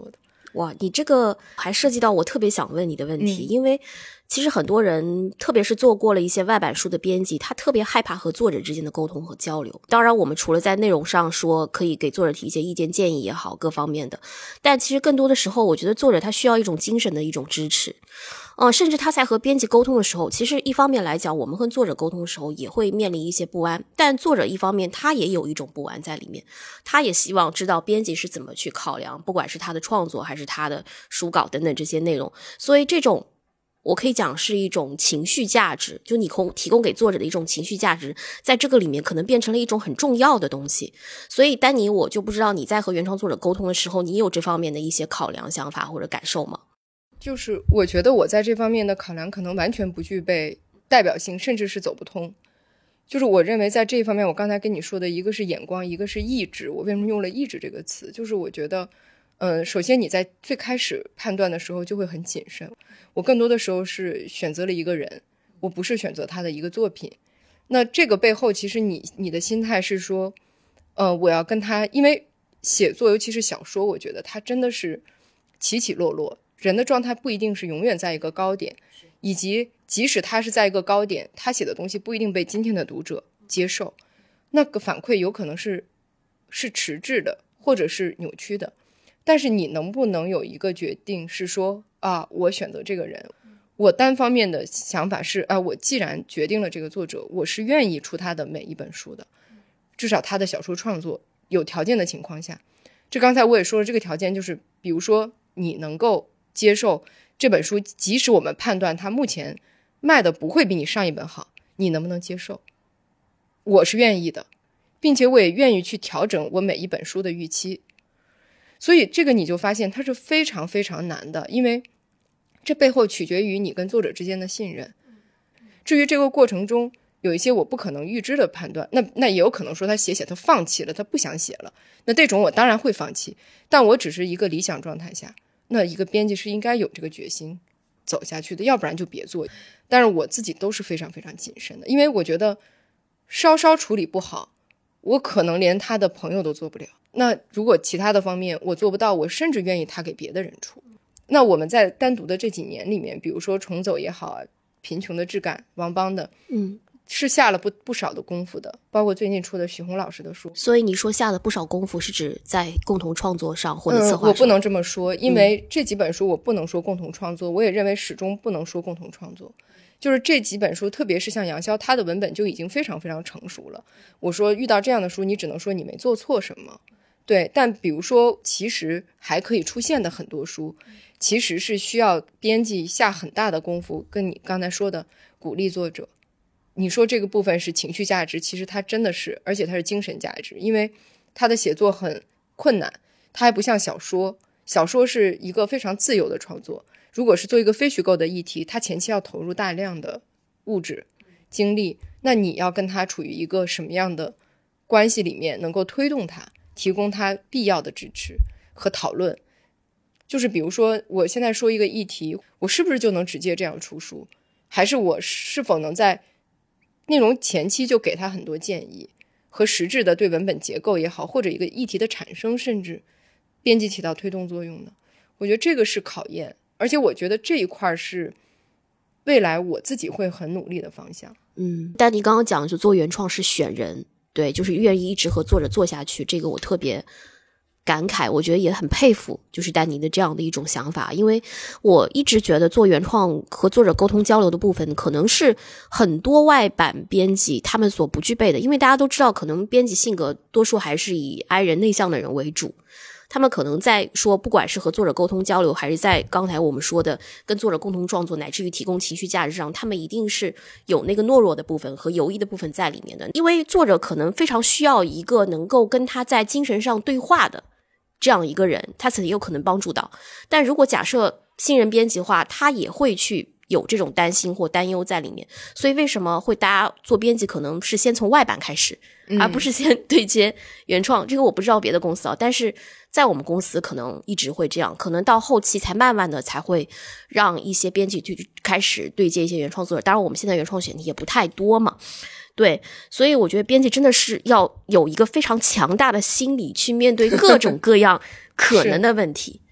B: 哇，你这个还涉及到我特别想问你的问题，因为其实很多人特别是做过了一些外版书的编辑，他特别害怕和作者之间的沟通和交流。当然我们除了在内容上说可以给作者提一些意见建议也好，各方面的，但其实更多的时候我觉得作者他需要一种精神的一种支持。甚至他在和编辑沟通的时候，其实一方面来讲我们和作者沟通的时候也会面临一些不安，但作者一方面他也有一种不安在里面，他也希望知道编辑是怎么去考量，不管是他的创作还是他的书稿等等这些内容。所以这种我可以讲是一种情绪价值，就你提供给作者的一种情绪价值，在这个里面可能变成了一种很重要的东西。所以丹尼，我就不知道你在和原创作者沟通的时候，你有这方面的一些考量想法或者感受吗？
A: 就是我觉得我在这方面的考量可能完全不具备代表性，甚至是走不通。就是我认为在这一方面，我刚才跟你说的一个是眼光，一个是意志。我为什么用了意志这个词，就是我觉得首先你在最开始判断的时候就会很谨慎，我更多的时候是选择了一个人，我不是选择他的一个作品。那这个背后其实你的心态是说我要跟他，因为写作尤其是小说，我觉得它真的是起起落落，人的状态不一定是永远在一个高点，以及即使他是在一个高点，他写的东西不一定被今天的读者接受，那个反馈有可能是迟滞的或者是扭曲的。但是你能不能有一个决定是说我选择这个人，我单方面的想法是我既然决定了这个作者，我是愿意出他的每一本书的，至少他的小说创作有条件的情况下。这刚才我也说了，这个条件就是比如说你能够接受这本书，即使我们判断它目前卖的不会比你上一本好，你能不能接受？我是愿意的，并且我也愿意去调整我每一本书的预期。所以这个你就发现它是非常非常难的，因为这背后取决于你跟作者之间的信任。至于这个过程中有一些我不可能预知的判断，那也有可能说他写他放弃了，他不想写了，那这种我当然会放弃。但我只是一个理想状态下，那一个编辑是应该有这个决心走下去的，要不然就别做。但是我自己都是非常非常谨慎的，因为我觉得稍稍处理不好，我可能连他的朋友都做不了。那如果其他的方面我做不到，我甚至愿意他给别的人出。那我们在单独的这几年里面，比如说重走也好，贫穷的质感，王邦的是下了不少的功夫的，包括最近出的许宏老师的书。
B: 所以你说下了不少功夫是指在共同创作上或者策划上？
A: 我不能这么说，因为这几本书我不能说共同创作，我也认为始终不能说共同创作。就是这几本书，特别是像杨潇，他的文本就已经非常非常成熟了。我说遇到这样的书，你只能说你没做错什么。对，但比如说其实还可以出现的很多书，其实是需要编辑下很大的功夫，跟你刚才说的鼓励作者。你说这个部分是情绪价值，其实它真的是，而且它是精神价值，因为他的写作很困难，它还不像小说，小说是一个非常自由的创作。如果是做一个非虚构的议题，它前期要投入大量的物质精力，那你要跟他处于一个什么样的关系里面，能够推动他，提供他必要的支持和讨论。就是比如说我现在说一个议题，我是不是就能直接这样出书，还是我是否能在内容前期就给他很多建议和实质的对文本结构也好，或者一个议题的产生，甚至编辑起到推动作用的。我觉得这个是考验，而且我觉得这一块是未来我自己会很努力的方向。
B: 但你刚刚讲的就做原创是选人，对，就是愿意一直和作者做下去，这个我特别感慨，我觉得也很佩服就是丹尼的这样的一种想法。因为我一直觉得做原创和作者沟通交流的部分可能是很多外版编辑他们所不具备的，因为大家都知道可能编辑性格多数还是以 I 人内向的人为主，他们可能在说不管是和作者沟通交流，还是在刚才我们说的跟作者共同创作，乃至于提供情绪价值上，他们一定是有那个懦弱的部分和犹豫的部分在里面的。因为作者可能非常需要一个能够跟他在精神上对话的这样一个人，他才有可能帮助到。但如果假设新人编辑的话，他也会去有这种担心或担忧在里面。所以为什么会大家做编辑可能是先从外版开始，而不是先对接原创，这个我不知道别的公司但是在我们公司可能一直会这样，可能到后期才慢慢的才会让一些编辑去开始对接一些原创作者。当然我们现在原创选题也不太多嘛，对，所以我觉得编辑真的是要有一个非常强大的心理去面对各种各样可能的问题。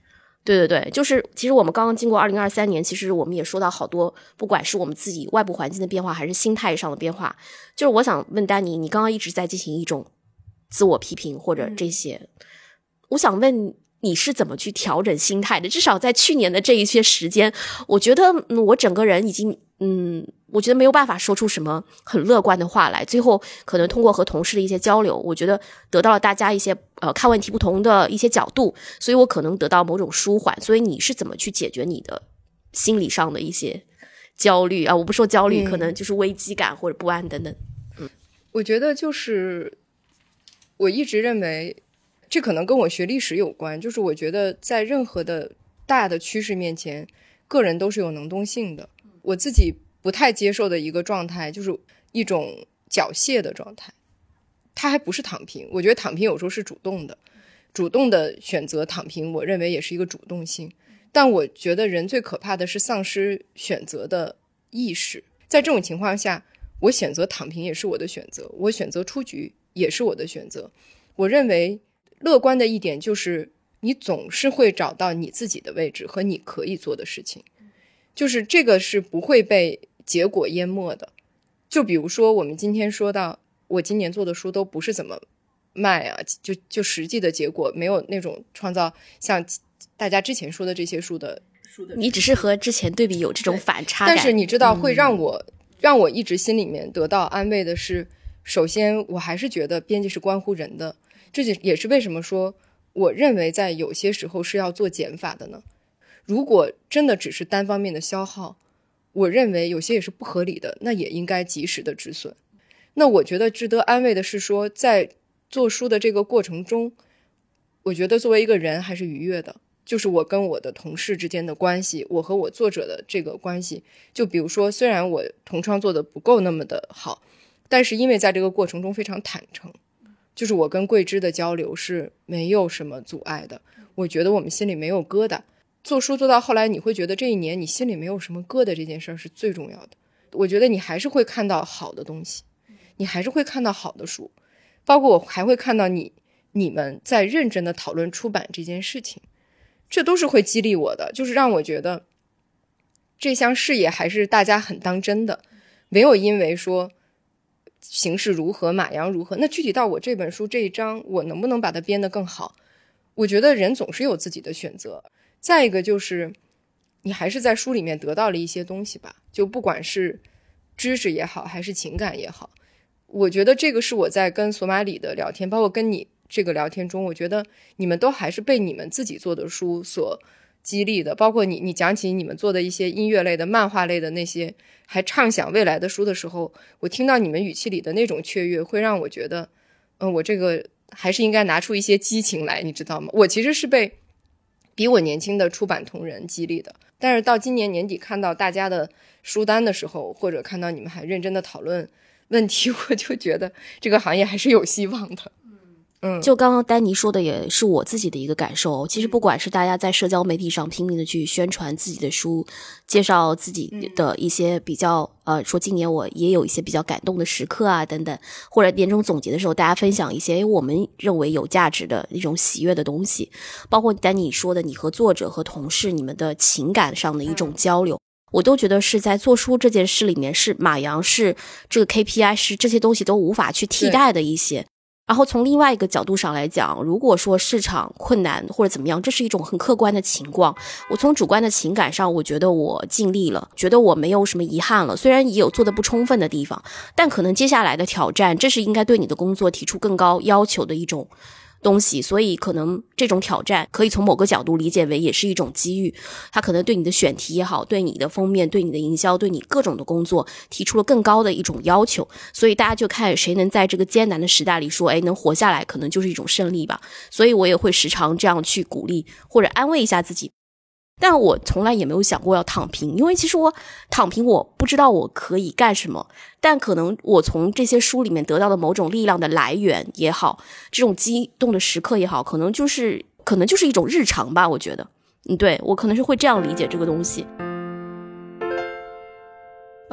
B: 对对对，就是其实我们刚刚经过2023年，其实我们也说到好多，不管是我们自己外部环境的变化，还是心态上的变化。就是我想问丹尼，你刚刚一直在进行一种自我批评或者这些，我想问你是怎么去调整心态的？至少在去年的这一些时间，我觉得我整个人已经我觉得没有办法说出什么很乐观的话来。最后可能通过和同事的一些交流，我觉得得到了大家一些看问题不同的一些角度，所以我可能得到某种舒缓。所以你是怎么去解决你的心理上的一些焦虑啊？我不说焦虑，可能就是危机感或者不安等等。
A: 我觉得就是我一直认为这可能跟我学历史有关，就是我觉得在任何的大的趋势面前，个人都是有能动性的。我自己不太接受的一个状态就是一种缴械的状态，它还不是躺平。我觉得躺平有时候是主动的选择躺平，我认为也是一个主动性。但我觉得人最可怕的是丧失选择的意识。在这种情况下，我选择躺平也是我的选择，我选择出局也是我的选择。我认为乐观的一点就是你总是会找到你自己的位置和你可以做的事情，就是这个是不会被结果淹没的。就比如说我们今天说到我今年做的书都不是怎么卖啊，就实际的结果没有那种创造像大家之前说的这些书的，
B: 你只是和之前对比有这种反差感。
A: 但是你知道会让我一直心里面得到安慰的是，首先我还是觉得编辑是关乎人的，这也是为什么说我认为在有些时候是要做减法的呢。如果真的只是单方面的消耗，我认为有些也是不合理的，那也应该及时的止损。那我觉得值得安慰的是说，在做书的这个过程中，我觉得作为一个人还是愉悦的，就是我跟我的同事之间的关系，我和我作者的这个关系。就比如说虽然我同窗做的不够那么的好，但是因为在这个过程中非常坦诚，就是我跟桂枝的交流是没有什么阻碍的，我觉得我们心里没有疙瘩。做书做到后来，你会觉得这一年你心里没有什么疙瘩，这件事是最重要的。我觉得你还是会看到好的东西，你还是会看到好的书，包括我还会看到你们在认真的讨论出版这件事情，这都是会激励我的，就是让我觉得这项事业还是大家很当真的，没有因为说形势如何马洋如何，那具体到我这本书这一章我能不能把它编得更好，我觉得人总是有自己的选择。再一个就是你还是在书里面得到了一些东西吧，就不管是知识也好还是情感也好，我觉得这个是我在跟索马里的聊天，包括跟你这个聊天中，我觉得你们都还是被你们自己做的书所激励的。包括你讲起你们做的一些音乐类的漫画类的那些还畅想未来的书的时候，我听到你们语气里的那种雀跃，会让我觉得我这个还是应该拿出一些激情来，你知道吗？我其实是被比我年轻的出版同仁激励的，但是到今年年底看到大家的书单的时候，或者看到你们还认真的讨论问题，我就觉得这个行业还是有希望的。
B: 就刚刚丹尼说的也是我自己的一个感受。其实不管是大家在社交媒体上拼命的去宣传自己的书，介绍自己的一些比较说今年我也有一些比较感动的时刻啊等等，或者年终总结的时候大家分享一些我们认为有价值的一种喜悦的东西，包括丹尼说的你和作者和同事你们的情感上的一种交流，我都觉得是在做书这件事里面，是马洋是这个 KPI 是这些东西都无法去替代的一些。然后从另外一个角度上来讲，如果说市场困难或者怎么样，这是一种很客观的情况。我从主观的情感上，我觉得我尽力了，觉得我没有什么遗憾了，虽然也有做得不充分的地方，但可能接下来的挑战，这是应该对你的工作提出更高要求的一种东西，所以可能这种挑战可以从某个角度理解为也是一种机遇，它可能对你的选题也好，对你的封面，对你的营销，对你各种的工作提出了更高的一种要求，所以大家就看谁能在这个艰难的时代里说能活下来，可能就是一种胜利吧。所以我也会时常这样去鼓励或者安慰一下自己，但我从来也没有想过要躺平，因为其实我躺平我不知道我可以干什么，但可能我从这些书里面得到的某种力量的来源也好，这种激动的时刻也好，可能就是一种日常吧，我觉得对，我可能是会这样理解这个东西。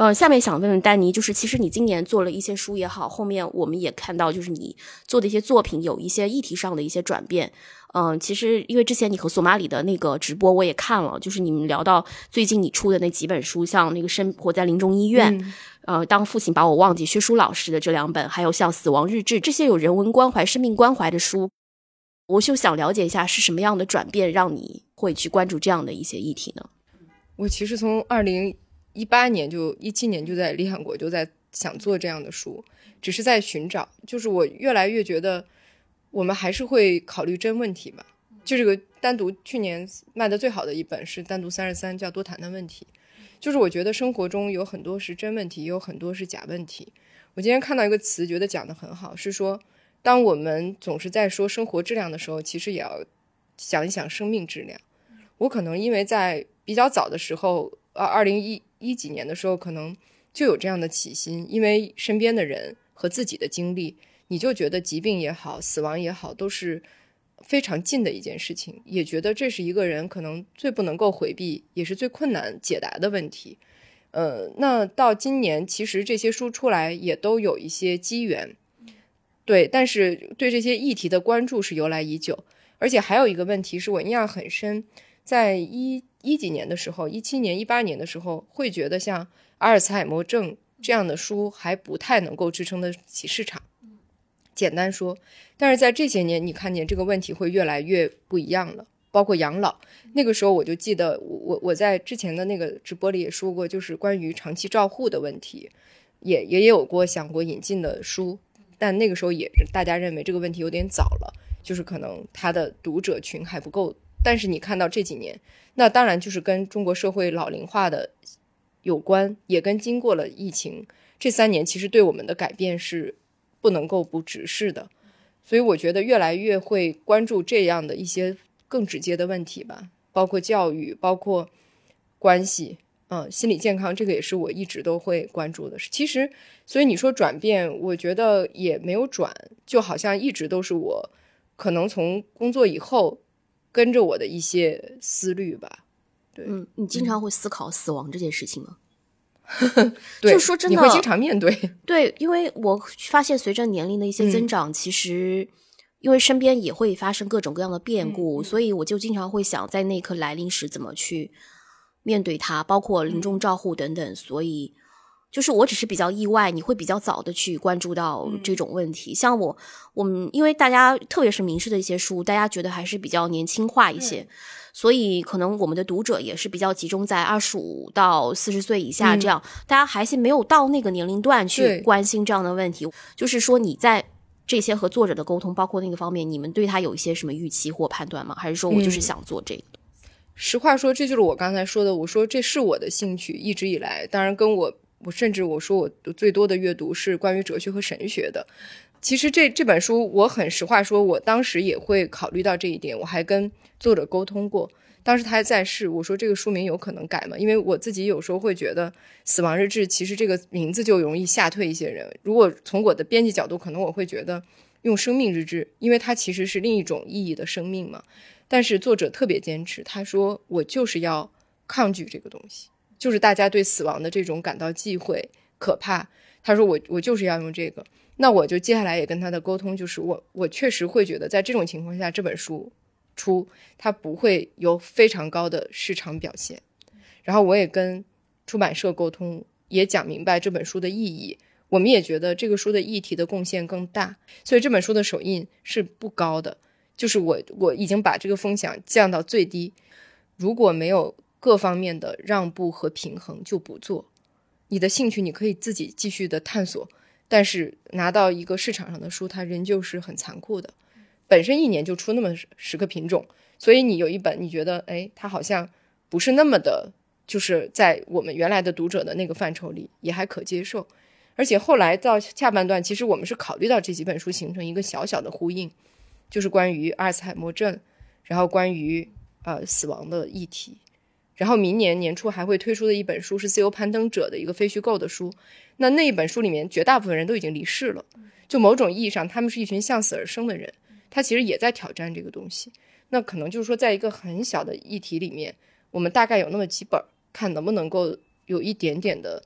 B: 下面想问问丹妮，就是其实你今年做了一些书也好，后面我们也看到就是你做的一些作品有一些议题上的一些转变。其实因为之前你和索马里的那个直播我也看了，就是你们聊到最近你出的那几本书，像那个生活在临终医院，当父亲把我忘记，薛舒老师的这2本，还有像死亡日志，这些有人文关怀、生命关怀的书，我就想了解一下是什么样的转变让你会去关注这样的一些议题呢？
A: 我其实从2018年就17年就在理想国就在想做这样的书，只是在寻找，就是我越来越觉得我们还是会考虑真问题吧。就这个单独去年卖的最好的一本是单独33，叫多谈谈问题。就是我觉得生活中有很多是真问题，也有很多是假问题。我今天看到一个词觉得讲得很好，是说当我们总是在说生活质量的时候，其实也要想一想生命质量。我可能因为在比较早的时候2011几年的时候可能就有这样的起心，因为身边的人和自己的经历，你就觉得疾病也好，死亡也好，都是非常近的一件事情，也觉得这是一个人可能最不能够回避，也是最困难解答的问题。那到今年其实这些书出来也都有一些机缘，对，但是对这些议题的关注是由来已久。而且还有一个问题是我印象很深，在一几年的时候，17年18年的时候，会觉得像阿尔茨海默症这样的书还不太能够支撑得起市场，简单说。但是在这些年你看见这个问题会越来越不一样了，包括养老。那个时候我就记得我在之前的那个直播里也说过，就是关于长期照护的问题，也有过想过引进的书，但那个时候也是大家认为这个问题有点早了，就是可能他的读者群还不够。但是你看到这几年，那当然就是跟中国社会老龄化的有关，也跟经过了疫情这3年其实对我们的改变是不能够不直视的。所以我觉得越来越会关注这样的一些更直接的问题吧，包括教育，包括关系，心理健康，这个也是我一直都会关注的。其实所以你说转变，我觉得也没有转，就好像一直都是我可能从工作以后跟着我的一些思虑吧。对，
B: 你经常会思考死亡这件事情吗？
A: 对，
B: 就说真的，
A: 你会经常面对。
B: 对，因为我发现随着年龄的一些增长，其实因为身边也会发生各种各样的变故，所以我就经常会想在那一刻来临时怎么去面对它，包括临终照护等等。所以就是我只是比较意外，你会比较早的去关注到这种问题。像我们因为大家特别是明世的一些书，大家觉得还是比较年轻化一些，所以可能我们的读者也是比较集中在25到40岁以下这样，大家还是没有到那个年龄段去关心这样的问题。就是说你在这些和作者的沟通，包括那个方面，你们对他有一些什么预期或判断吗？还是说我就是想做这个？
A: 实话说，这就是我刚才说的，我说这是我的兴趣，一直以来，当然跟我甚至我说我最多的阅读是关于哲学和神学的。其实这本书我很实话说，我当时也会考虑到这一点，我还跟作者沟通过，当时他还在世，我说这个书名有可能改吗？因为我自己有时候会觉得死亡日志其实这个名字就容易吓退一些人，如果从我的编辑角度，可能我会觉得用生命日志，因为它其实是另一种意义的生命嘛。但是作者特别坚持，他说我就是要抗拒这个东西，就是大家对死亡的这种感到忌讳可怕，他说我就是要用这个。那我就接下来也跟他的沟通，就是我确实会觉得在这种情况下，这本书出它不会有非常高的市场表现。然后我也跟出版社沟通，也讲明白这本书的意义，我们也觉得这个书的议题的贡献更大，所以这本书的首印是不高的，就是我已经把这个风险降到最低，如果没有各方面的让步和平衡就不做。你的兴趣你可以自己继续的探索，但是拿到一个市场上的书，它仍旧是很残酷的。本身1年就出那么10个品种，所以你有一本你觉得它好像不是那么的，就是在我们原来的读者的那个范畴里也还可接受。而且后来到下半段，其实我们是考虑到这几本书形成一个小小的呼应，就是关于阿尔茨海默症，然后关于死亡的议题。然后明年年初还会推出的一本书是自由攀登者的一个非虚构的书，那一本书里面绝大部分人都已经离世了，就某种意义上他们是一群向死而生的人，他其实也在挑战这个东西。那可能就是说在一个很小的议题里面，我们大概有那么几本，看能不能够有一点点的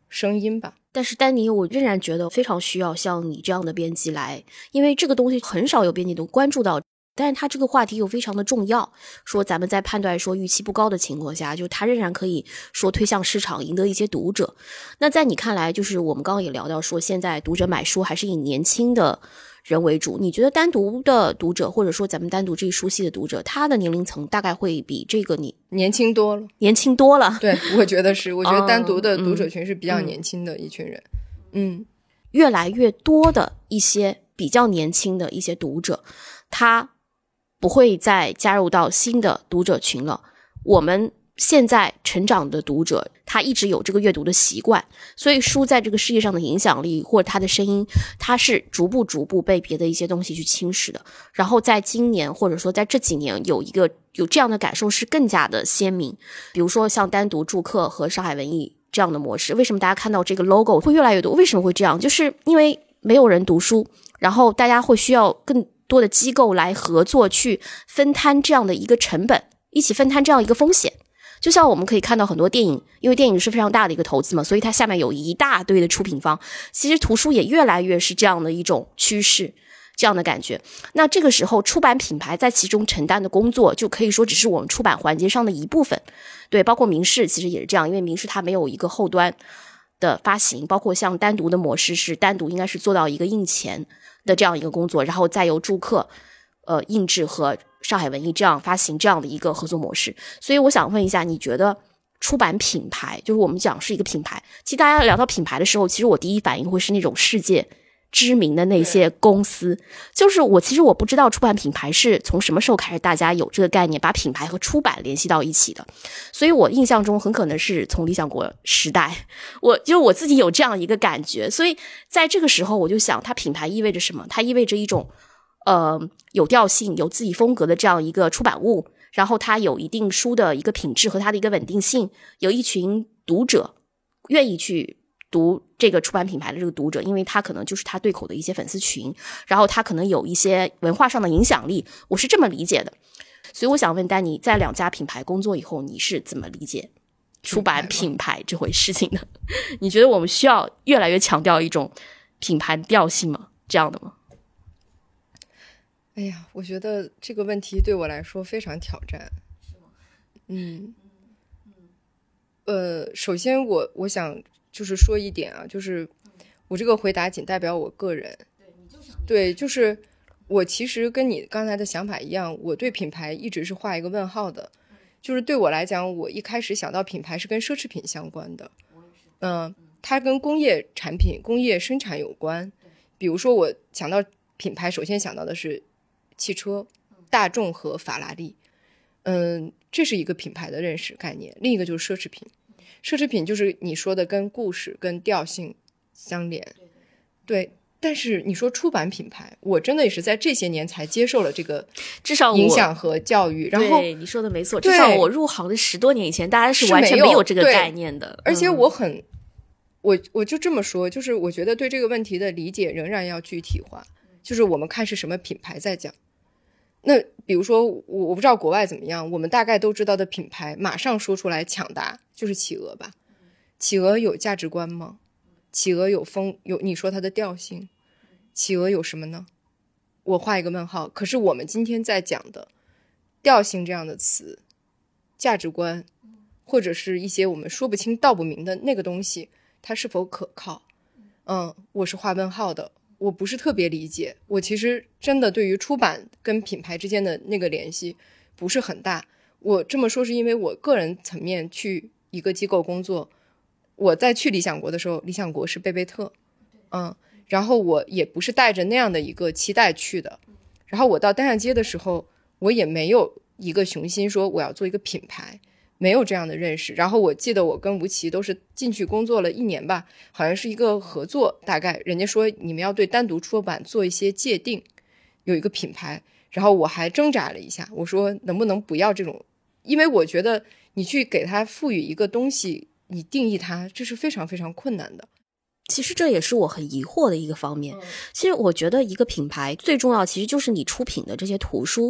A: 声音吧。
B: 但是丹尼，我仍然觉得非常需要像你这样的编辑来，因为这个东西很少有编辑能关注到，但是他这个话题又非常的重要，说咱们在判断说预期不高的情况下，就他仍然可以说推向市场，赢得一些读者。那在你看来，就是我们刚刚也聊到说，现在读者买书还是以年轻的人为主，你觉得单独的读者，或者说咱们单独这一书系的读者，他的年龄层大概会比这个你
A: 年轻多了？
B: 年轻多了，
A: 对，我觉得是，我觉得单独的读者群是比较年轻的一群人。
B: 越来越多的一些比较年轻的一些读者，他不会再加入到新的读者群了。我们现在成长的读者，他一直有这个阅读的习惯，所以书在这个世界上的影响力或者他的声音，他是逐步被别的一些东西去侵蚀的。然后在今年或者说在这几年有这样的感受是更加的鲜明，比如说像单独注课和上海文艺这样的模式，为什么大家看到这个 logo 会越来越多？为什么会这样？就是因为没有人读书，然后大家会需要更多的机构来合作去分摊这样的一个成本，一起分摊这样一个风险。就像我们可以看到很多电影，因为电影是非常大的一个投资嘛，所以它下面有一大堆的出品方。其实图书也越来越是这样的一种趋势，这样的感觉。那这个时候出版品牌在其中承担的工作就可以说只是我们出版环节上的一部分。对，包括明视其实也是这样，因为明视它没有一个后端的发行，包括像单独的模式是单独应该是做到一个印钱的这样一个工作，然后再由注课印制和上海文艺这样发行这样的一个合作模式。所以我想问一下，你觉得出版品牌，就是我们讲是一个品牌，其实大家聊到品牌的时候，其实我第一反应会是那种世界知名的那些公司，就是其实我不知道出版品牌是从什么时候开始大家有这个概念，把品牌和出版联系到一起的。所以我印象中很可能是从理想国时代，我自己有这样一个感觉。所以在这个时候我就想，它品牌意味着什么？它意味着一种有调性、有自己风格的这样一个出版物，然后它有一定书的一个品质和它的一个稳定性，有一群读者愿意去读这个出版品牌的这个读者，因为他可能就是他对口的一些粉丝群，然后他可能有一些文化上的影响力，我是这么理解的。所以我想问丹尼，在2家品牌工作以后，你是怎么理解出版品牌这回事情的？你觉得我们需要越来越强调一种品牌调性吗？这样的吗？
A: 哎呀，我觉得这个问题对我来说非常挑战。首先我想就是说一点啊，就是我这个回答仅代表我个人。对，就是我其实跟你刚才的想法一样，我对品牌一直是画一个问号的。就是对我来讲，我一开始想到品牌是跟奢侈品相关的。它跟工业产品、工业生产有关。比如说我想到品牌，首先想到的是汽车，大众和法拉利。这是一个品牌的认识概念。另一个就是奢侈品，奢侈品就是你说的跟故事跟调性相连。对，但是你说出版品牌，我真的也是在这些年才接受了这个
B: 至少
A: 影响和教育。然后
B: 对，你说的没错，至少我入行的10多年以前，大家是完全没有这个概念的。
A: 而且我就这么说，就是我觉得对这个问题的理解仍然要具体化，就是我们看是什么品牌在讲。那比如说我不知道国外怎么样，我们大概都知道的品牌马上说出来抢答就是企鹅吧。企鹅有价值观吗？企鹅有你说它的调性，企鹅有什么呢？我画一个问号。可是我们今天在讲的调性这样的词，价值观或者是一些我们说不清道不明的那个东西，它是否可靠？我是画问号的。我不是特别理解，我其实真的对于出版跟品牌之间的那个联系不是很大。我这么说是因为我个人层面去一个机构工作，我在去理想国的时候，理想国是贝贝特，然后我也不是带着那样的一个期待去的。然后我到单向街的时候，我也没有一个雄心说我要做一个品牌，没有这样的认识。然后我记得我跟吴奇都是进去工作了1年吧，好像是一个合作，大概人家说你们要对单独出版做一些界定，有一个品牌。然后我还挣扎了一下，我说能不能不要这种，因为我觉得你去给它赋予一个东西，你定义它，这是非常非常困难的。
B: 其实这也是我很疑惑的一个方面。其实我觉得一个品牌最重要其实就是你出品的这些图书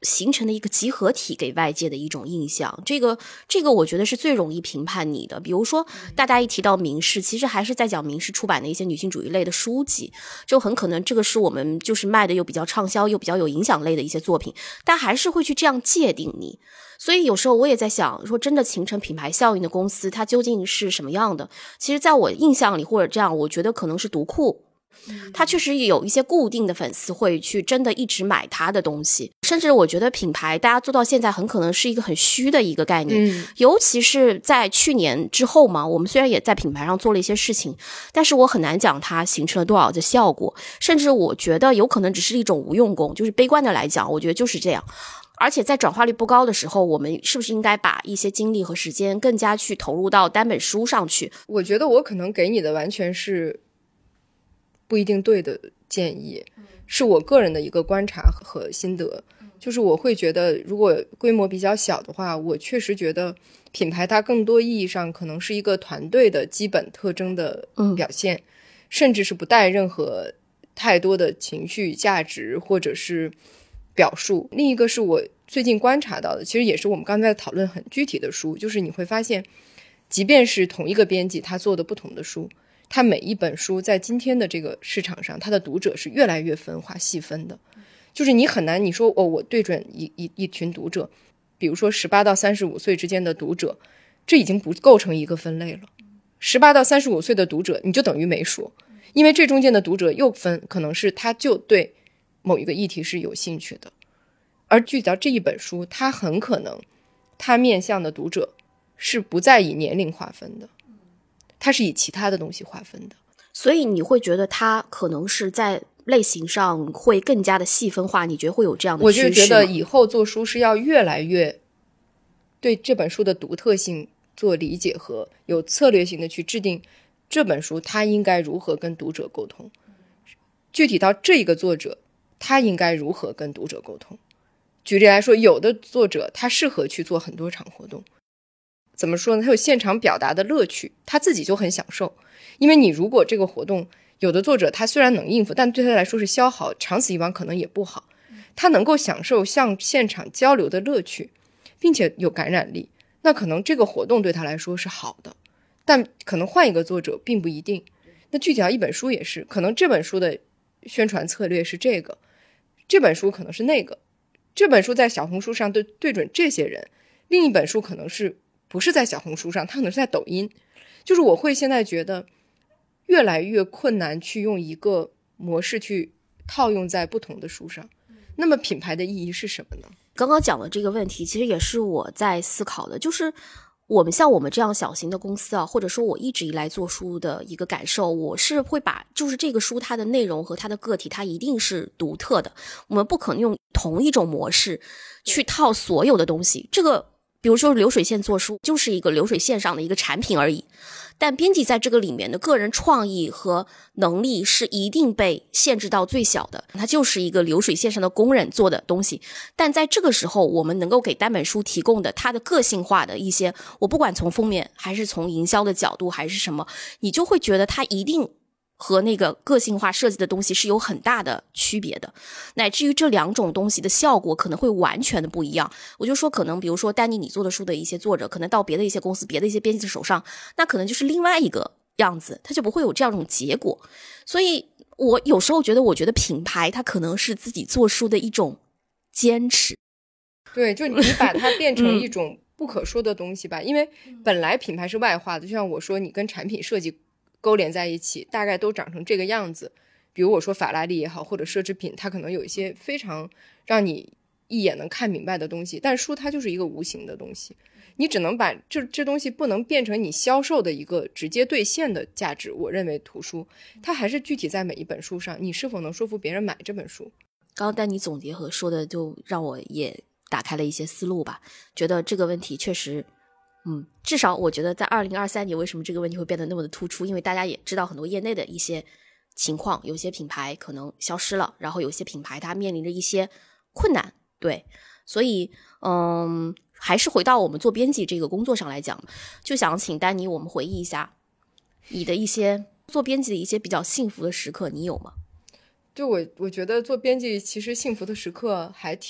B: 形成的一个集合体给外界的一种印象，这个我觉得是最容易评判你的。比如说大家一提到明世，其实还是在讲明世出版的一些女性主义类的书籍，就很可能这个是我们就是卖的又比较畅销又比较有影响类的一些作品，但还是会去这样界定你。所以有时候我也在想，说真的形成品牌效应的公司它究竟是什么样的，其实在我印象里或者这样，我觉得可能是读库，他确实有一些固定的粉丝会去真的一直买他的东西，甚至我觉得品牌大家做到现在很可能是一个很虚的一个概念，尤其是在去年之后嘛，我们虽然也在品牌上做了一些事情，但是我很难讲它形成了多少的效果，甚至我觉得有可能只是一种无用功，就是悲观的来讲，我觉得就是这样。而且在转化率不高的时候，我们是不是应该把一些精力和时间更加去投入到单本书上去？
A: 我觉得我可能给你的完全是不一定对的建议，是我个人的一个观察和心得。就是我会觉得如果规模比较小的话，我确实觉得品牌它更多意义上可能是一个团队的基本特征的表现，甚至是不带任何太多的情绪价值或者是表述。另一个是我最近观察到的，其实也是我们刚才讨论很具体的书，就是你会发现即便是同一个编辑他做的不同的书，他每一本书在今天的这个市场上，他的读者是越来越分化细分的。就是你很难你说我对准一群读者，比如说18到35岁之间的读者，这已经不构成一个分类了。18到35岁的读者你就等于没说，因为这中间的读者又分，可能是他就对某一个议题是有兴趣的，而具体到这一本书，他很可能他面向的读者是不再以年龄划分的，他是以其他的东西划分的。
B: 所以你会觉得它可能是在类型上会更加的细分化，你觉得会有这样的趋势吗？
A: 我就觉得以后做书是要越来越对这本书的独特性做理解和有策略性的去制定这本书它应该如何跟读者沟通，具体到这个作者他应该如何跟读者沟通。举例来说，有的作者他适合去做很多场活动，怎么说呢，他有现场表达的乐趣，他自己就很享受。因为你如果这个活动有的作者他虽然能应付，但对他来说是消耗，长此以往可能也不好。他能够享受向现场交流的乐趣，并且有感染力，那可能这个活动对他来说是好的，但可能换一个作者并不一定。那具体到一本书也是，可能这本书的宣传策略是这个，这本书可能是那个，这本书在小红书上对准这些人，另一本书可能是不是在小红书上，它可能是在抖音。就是我会现在觉得越来越困难去用一个模式去套用在不同的书上。那么品牌的意义是什么呢？
B: 刚刚讲的这个问题其实也是我在思考的，就是我们像我们这样小型的公司啊，或者说我一直以来做书的一个感受，我是会把就是这个书它的内容和它的个体它一定是独特的，我们不可能用同一种模式去套所有的东西。这个比如说流水线做书就是一个流水线上的一个产品而已，但编辑在这个里面的个人创意和能力是一定被限制到最小的，它就是一个流水线上的工人做的东西。但在这个时候我们能够给单本书提供的它的个性化的一些，我不管从封面还是从营销的角度还是什么，你就会觉得它一定和那个个性化设计的东西是有很大的区别的，乃至于这两种东西的效果可能会完全的不一样。我就说可能比如说丹尼你做的书的一些作者，可能到别的一些公司别的一些编辑的手上，那可能就是另外一个样子，它就不会有这样一种结果。所以我有时候觉得品牌它可能是自己做书的一种坚持。
A: 对，就你把它变成一种不可说的东西吧。因为本来品牌是外化的，就像我说你跟产品设计勾连在一起大概都长成这个样子，比如我说法拉利也好，或者奢侈品，它可能有一些非常让你一眼能看明白的东西，但书它就是一个无形的东西，你只能把这东西不能变成你销售的一个直接兑现的价值。我认为图书它还是具体在每一本书上，你是否能说服别人买这本书。
B: 刚刚丹尼总结和说的就让我也打开了一些思路吧，觉得这个问题确实至少我觉得在2023年为什么这个问题会变得那么的突出，因为大家也知道很多业内的一些情况，有些品牌可能消失了，然后有些品牌它面临着一些困难。对，所以还是回到我们做编辑这个工作上来讲，就想请丹尼我们回忆一下你的一些做编辑的一些比较幸福的时刻，你有吗？
A: 就我觉得做编辑其实幸福的时刻还挺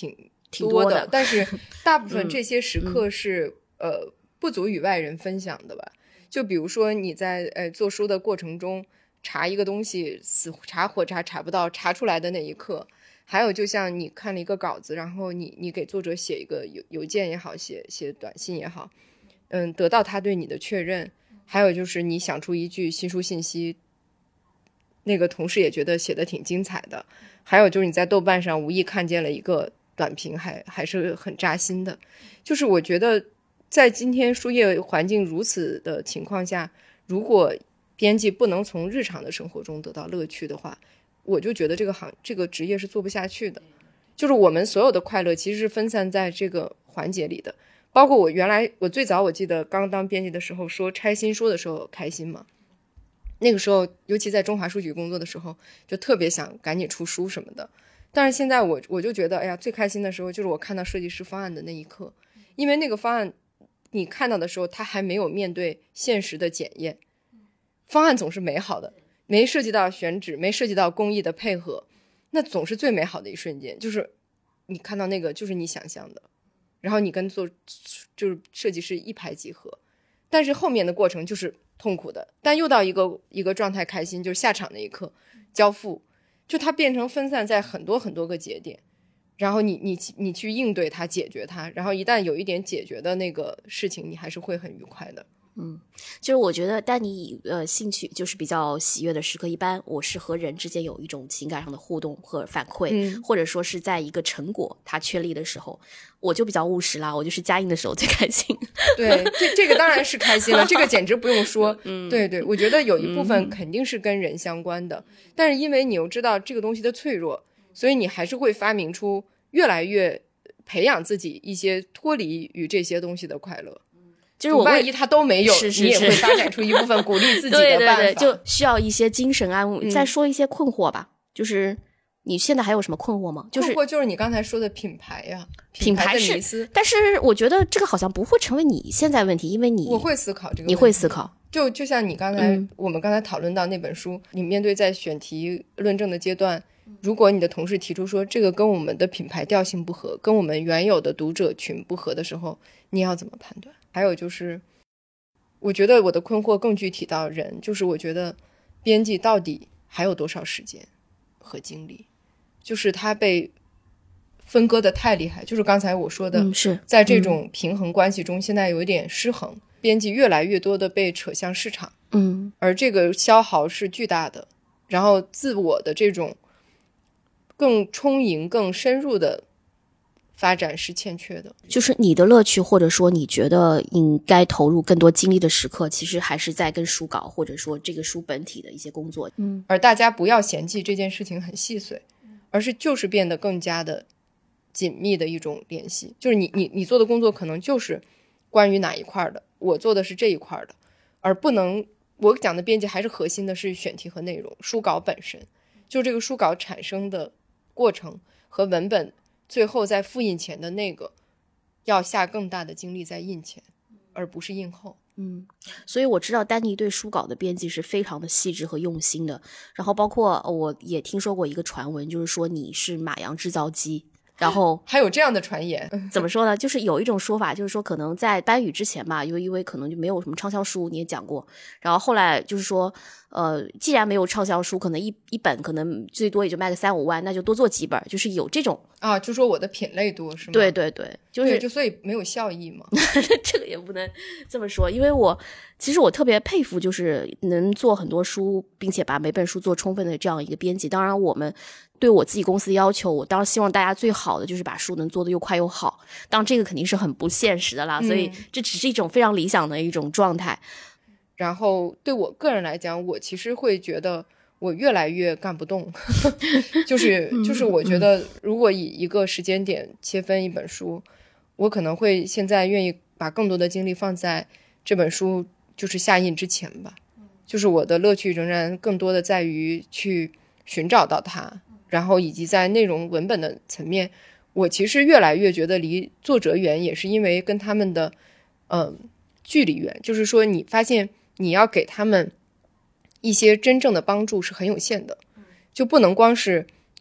A: 多的，但是大部分这些时刻是不足与外人分享的吧。就比如说你在做书的过程中查一个东西，死查活查不到，查出来的那一刻。还有就像你看了一个稿子，然后你给作者写一个邮件也好，写短信也好，得到他对你的确认。还有就是你想出一句新书信息，那个同事也觉得写得挺精彩的。还有就是你在豆瓣上无意看见了一个短评，还是很扎心的。就是我觉得在今天书业环境如此的情况下，如果编辑不能从日常的生活中得到乐趣的话，我就觉得这个职业是做不下去的。就是我们所有的快乐其实是分散在这个环节里的。包括我最早我记得刚当编辑的时候，说拆新书的时候开心嘛，那个时候尤其在中华书局工作的时候，就特别想赶紧出书什么的。但是现在我就觉得，哎呀，最开心的时候就是我看到设计师方案的那一刻，因为那个方案你看到的时候，它还没有面对现实的检验。方案总是美好的，没涉及到选址，没涉及到工艺的配合，那总是最美好的一瞬间。就是你看到那个就是你想象的，然后你跟就是设计师一拍即合，但是后面的过程就是痛苦的。但又到一个状态开心，就是下场那一刻交付，就它变成分散在很多很多个节点，然后你去应对它，解决它，然后一旦有一点解决的那个事情，你还是会很愉快的。
B: 就是我觉得但你兴趣就是比较喜悦的时刻，一般我是和人之间有一种情感上的互动和反馈，或者说是在一个成果它确立的时候，我就比较务实啦，我就是加印的时候最开心。
A: 对，这个当然是开心了，这个简直不用说。对对，我觉得有一部分肯定是跟人相关的，但是因为你又知道这个东西的脆弱，所以你还是会发明出越来越培养自己一些脱离于这些东西的快乐。就是万一他都没有，你也会发展出一部分鼓励自己的办法。
B: 对，就需要一些精神安慰。再说一些困惑吧，就是你现在还有什么困惑吗？
A: 困惑就是你刚才说的品牌呀，品牌的迷思。
B: 但是我觉得这个好像不会成为你现在问题，因为
A: 我会思考这个问题。
B: 你会思考。
A: 就像你刚才我们刚才讨论到那本书，你面对在选题论证的阶段，如果你的同事提出说这个跟我们的品牌调性不合，跟我们原有的读者群不合的时候，你要怎么判断？还有就是我觉得我的困惑更具体到人，就是我觉得编辑到底还有多少时间和精力，就是他被分割的太厉害，就是刚才我说的，
B: 是
A: 在这种平衡关系中现在有一点失衡，编辑越来越多的被扯向市场，而这个消耗是巨大的，然后自我的这种更充盈更深入的发展是欠缺的。
B: 就是你的乐趣或者说你觉得应该投入更多精力的时刻，其实还是在跟书稿或者说这个书本体的一些工作。
A: 而大家不要嫌弃这件事情很细碎，而是就是变得更加的紧密的一种联系。就是你做的工作可能就是关于哪一块的，我做的是这一块的，而不能我讲的编辑还是核心的是选题和内容，书稿本身就这个书稿产生的过程和文本最后在复印前的那个要下更大的精力在印前，而不是印后。
B: 所以我知道丹尼对书稿的编辑是非常的细致和用心的，然后包括我也听说过一个传闻，就是说你是马洋制造机，然后
A: 还有这样的传言。
B: 怎么说呢，就是有一种说法，就是说可能在班宇之前吧，因为可能就没有什么畅销书，你也讲过，然后后来就是说既然没有畅销书，可能一本可能最多也就卖个3-5万，那就多做几本，就是有这种
A: 啊，就说我的品类多是吗？
B: 对对对，
A: 就所以没有效益嘛。
B: 这个也不能这么说，因为其实我特别佩服就是能做很多书并且把每本书做充分的这样一个编辑。当然我们对我自己公司的要求，我当然希望大家最好的就是把书能做得又快又好，当然这个肯定是很不现实的啦，所以这只是一种非常理想的一种状态。
A: 然后对我个人来讲，我其实会觉得我越来越干不动就是我觉得如果以一个时间点切分一本书，我可能会现在愿意把更多的精力放在这本书就是下印之前吧，就是我的乐趣仍然更多的在于去寻找到它，然后以及在内容文本的层面，我其实越来越觉得离作者远，也是因为跟他们的距离远，就是说你发现你要给他们一些真正的帮助是很有限的，就不能光是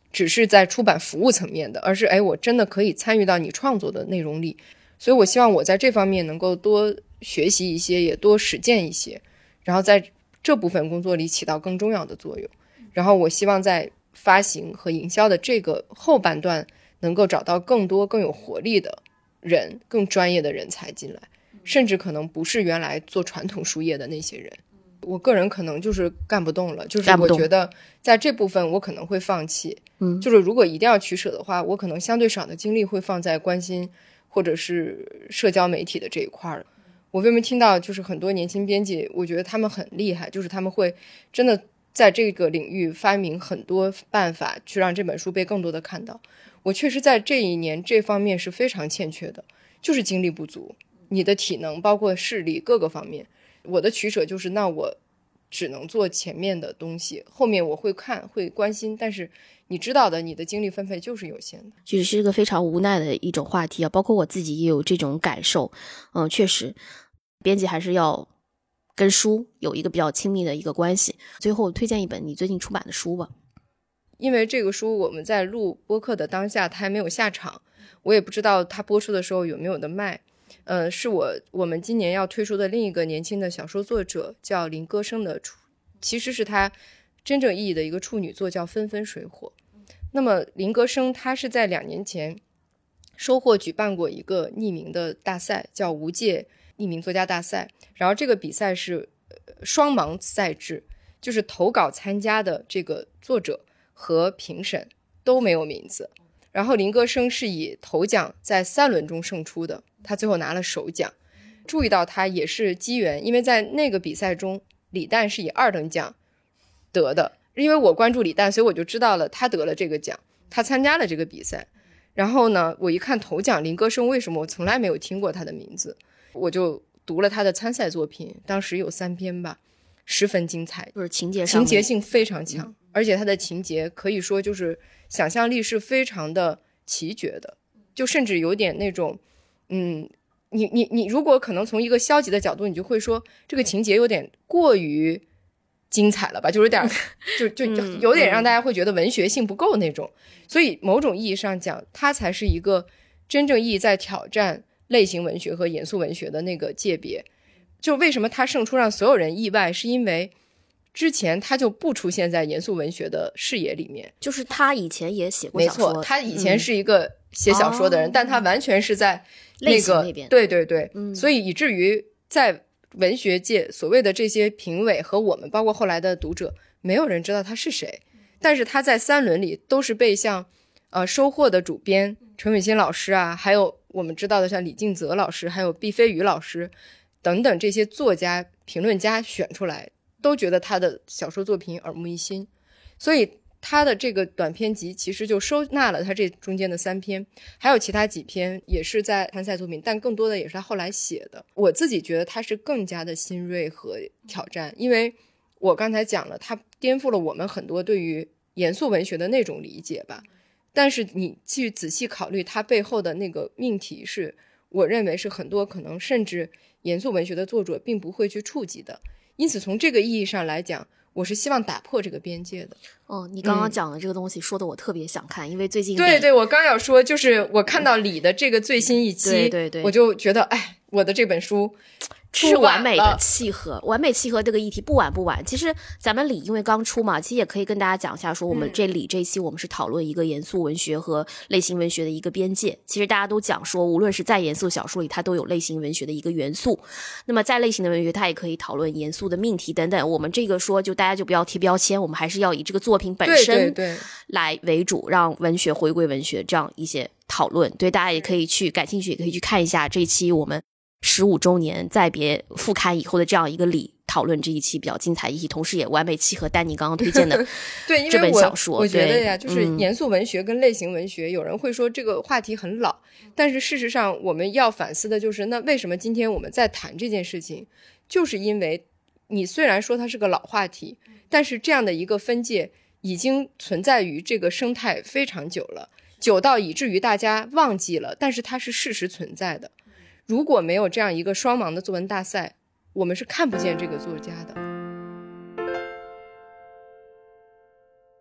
A: 只是在出版服务层面的，而是我真的可以参与到你创作的内容里。所以我希望我在这方面能够多学习一些，也多实践一些，然后在这部分工作里起到更重要的作用。然后我希望在发行和营销的这个后半段能够找到更多更有活力的人，更专业的人才进来，甚至可能不是原来做传统书业的那些人。我个人可能就是干不动了，就是我觉得在这部分我可能会放弃。就是如果一定要取舍的话，我可能相对少的精力会放在关心或者是社交媒体的这一块儿。我为什么听到就是很多年轻编辑，我觉得他们很厉害，就是他们会真的在这个领域发明很多办法去让这本书被更多的看到。我确实在这一年这方面是非常欠缺的，就是精力不足，你的体能包括视力各个方面。我的取舍就是那我只能做前面的东西，后面我会看会关心，但是你知道的，你的精力分配就是有限的。
B: 其实是一个非常无奈的一种话题啊，包括我自己也有这种感受。确实编辑还是要跟书有一个比较亲密的一个关系。最后推荐一本你最近出版的书吧。
A: 因为这个书我们在录播客的当下它还没有下场，我也不知道它播出的时候有没有的卖。是我们今年要推出的另一个年轻的小说作者叫林歌声的，其实是他真正意义的一个处女作，叫纷纷水火。那么林歌声他是在2年前收获举办过一个匿名的大赛，叫无界匿名作家大赛，然后这个比赛是双盲赛制，就是投稿参加的这个作者和评审都没有名字，然后林歌声是以头奖在3轮中胜出的，他最后拿了首奖。注意到他也是机缘，因为在那个比赛中李诞是以2等奖得的，因为我关注李诞，所以我就知道了他得了这个奖，他参加了这个比赛。然后呢，我一看头奖林歌声，为什么我从来没有听过他的名字，我就读了他的参赛作品，当时有3篇吧，十分精彩，
B: 就是情节
A: 性非常强，而且他的情节可以说就是想象力是非常的奇绝的，就甚至有点那种你如果可能从一个消极的角度，你就会说这个情节有点过于精彩了吧，就有点就有点让大家会觉得文学性不够那种。所以某种意义上讲，它才是一个真正意义在挑战类型文学和严肃文学的那个界别。就为什么它胜出让所有人意外，是因为之前他就不出现在严肃文学的视野里面。
B: 就是他以前也写过小说，
A: 没错，他以前是一个写小说的人，但他完全是在
B: 类型那边，
A: 对对对，所以以至于在文学界所谓的这些评委和我们包括后来的读者，没有人知道他是谁。但是他在3轮里都是被像收获的主编陈伟新老师啊，还有我们知道的像李敬泽老师，还有毕飞宇老师等等这些作家评论家选出来，都觉得他的小说作品耳目一新。所以他的这个短篇集其实就收纳了他这中间的3篇，还有其他几篇也是在参赛作品，但更多的也是他后来写的。我自己觉得他是更加的新锐和挑战，因为我刚才讲了，他颠覆了我们很多对于严肃文学的那种理解吧。但是你去仔细考虑他背后的那个命题，是我认为是很多可能甚至严肃文学的作者并不会去触及的。因此从这个意义上来讲，我是希望打破这个边界的。
B: 你刚刚讲的这个东西说的我特别想看，因为最近
A: 对我刚要说，就是我看到李的这个最新一期，
B: 对，
A: 我就觉得我的这本书
B: 是完美的契合，完美契合这个议题，不晚。其实咱们李因为刚出嘛，其实也可以跟大家讲一下，说我们这一期我们是讨论一个严肃文学和类型文学的一个边界。其实大家都讲说，无论是在严肃小说里，它都有类型文学的一个元素。那么在类型的文学，它也可以讨论严肃的命题等等。我们这个说，就大家就不要贴标签，我们还是要以这个作品本身来为主，让文学回归文学这样一些讨论。对，大家也可以去感兴趣，也可以去看一下这一期我们15周年再别复刊以后的这样一个礼，讨论这一期比较精彩议题，同时也完美契合丹尼刚刚推荐的这本小说。
A: 我觉得呀，就是严肃文学跟类型文学，有人会说这个话题很老，但是事实上我们要反思的就是，那为什么今天我们在谈这件事情，就是因为你虽然说它是个老话题，但是这样的一个分界已经存在于这个生态非常久了，久到以至于大家忘记了，但是它是事实存在的。如果没有这样一个双盲的作文大赛，我们是看不见这个作家的。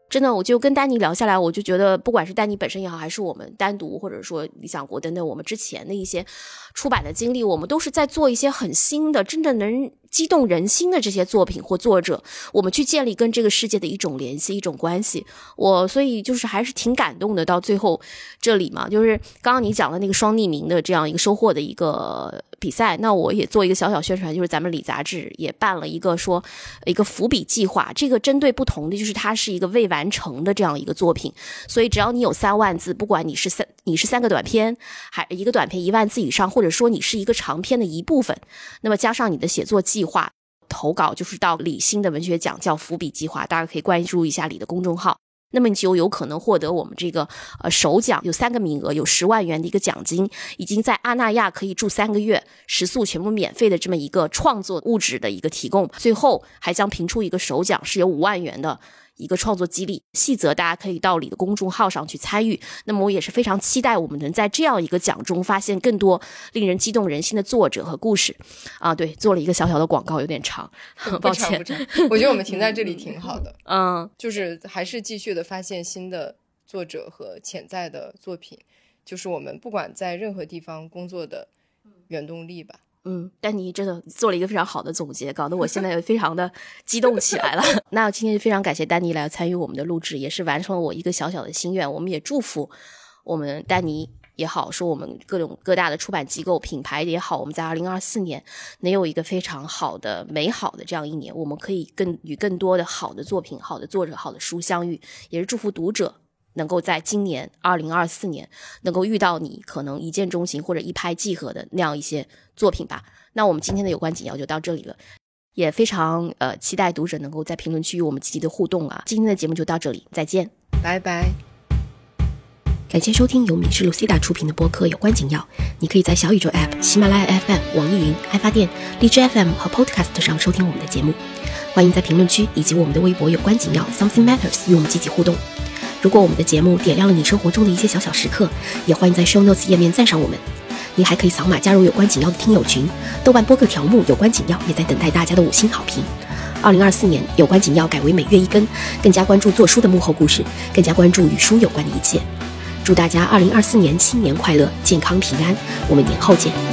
B: 真的，我就跟丹妮聊下来，我就觉得不管是丹妮本身也好，还是我们单独或者说理想国等等我们之前的一些出版的经历，我们都是在做一些很新的真正能激动人心的这些作品或作者，我们去建立跟这个世界的一种联系，一种关系。所以就是还是挺感动的。到最后这里嘛，就是刚刚你讲的那个双匿名的这样一个收获的一个比赛，那我也做一个小小宣传，就是咱们李杂志也办了一个伏笔计划，这个针对不同的，就是它是一个未完成的这样一个作品，所以只要你有3万字，不管你是3个短篇，还一个短篇1万字以上，或者说你是一个长篇的一部分，那么加上你的写作计划，投稿就是到李欣的文学奖，叫伏笔计划，大家可以关注一下李的公众号。那么你就有可能获得我们这个首奖，有3个名额，有10万元的一个奖金，已经在阿那亚可以住3个月，食宿全部免费的这么一个创作物质的一个提供，最后还将评出一个首奖，是有5万元的一个创作激励，细则大家可以到李的公众号上去参与。那么我也是非常期待我们能在这样一个奖中发现更多令人激动人心的作者和故事啊。对，做了一个小小的广告，有点长，抱歉。
A: 不长，我觉得我们停在这里挺好的。就是还是继续的发现新的作者和潜在的作品，就是我们不管在任何地方工作的原动力吧。
B: 丹妮真的做了一个非常好的总结，搞得我现在也非常的激动起来了。那今天就非常感谢丹妮来参与我们的录制，也是完成了我一个小小的心愿。我们也祝福我们丹妮也好，说我们各大的出版机构品牌也好，我们在2024年能有一个非常好的美好的这样一年，我们可以与更多的好的作品、好的作者、好的书相遇，也是祝福读者能够在今年2024年能够遇到你可能一见钟情或者一拍即合的那样一些作品吧。那我们今天的有关紧要就到这里了，也非常期待读者能够在评论区与我们积极的互动啊。今天的节目就到这里，再见，
A: 拜拜。
B: 感谢收听由米氏 Lucida 出品的播客有关紧要，你可以在小宇宙 App、喜马拉雅 FM、网易云、爱发电、荔枝 FM 和 Podcast 上收听我们的节目。欢迎在评论区以及我们的微博有关紧要 Something Matters 与我们积极互动。如果我们的节目点亮了你生活中的一些小小时刻，也欢迎在 Show Notes 页面赞赏我们。你还可以扫码加入有关紧要的听友群，豆瓣播客条目有关紧要也在等待大家的5星好评。2024年有关紧要改为每月1更，更加关注做书的幕后故事，更加关注与书有关的一切。祝大家2024年新年快乐，健康平安，我们年后见。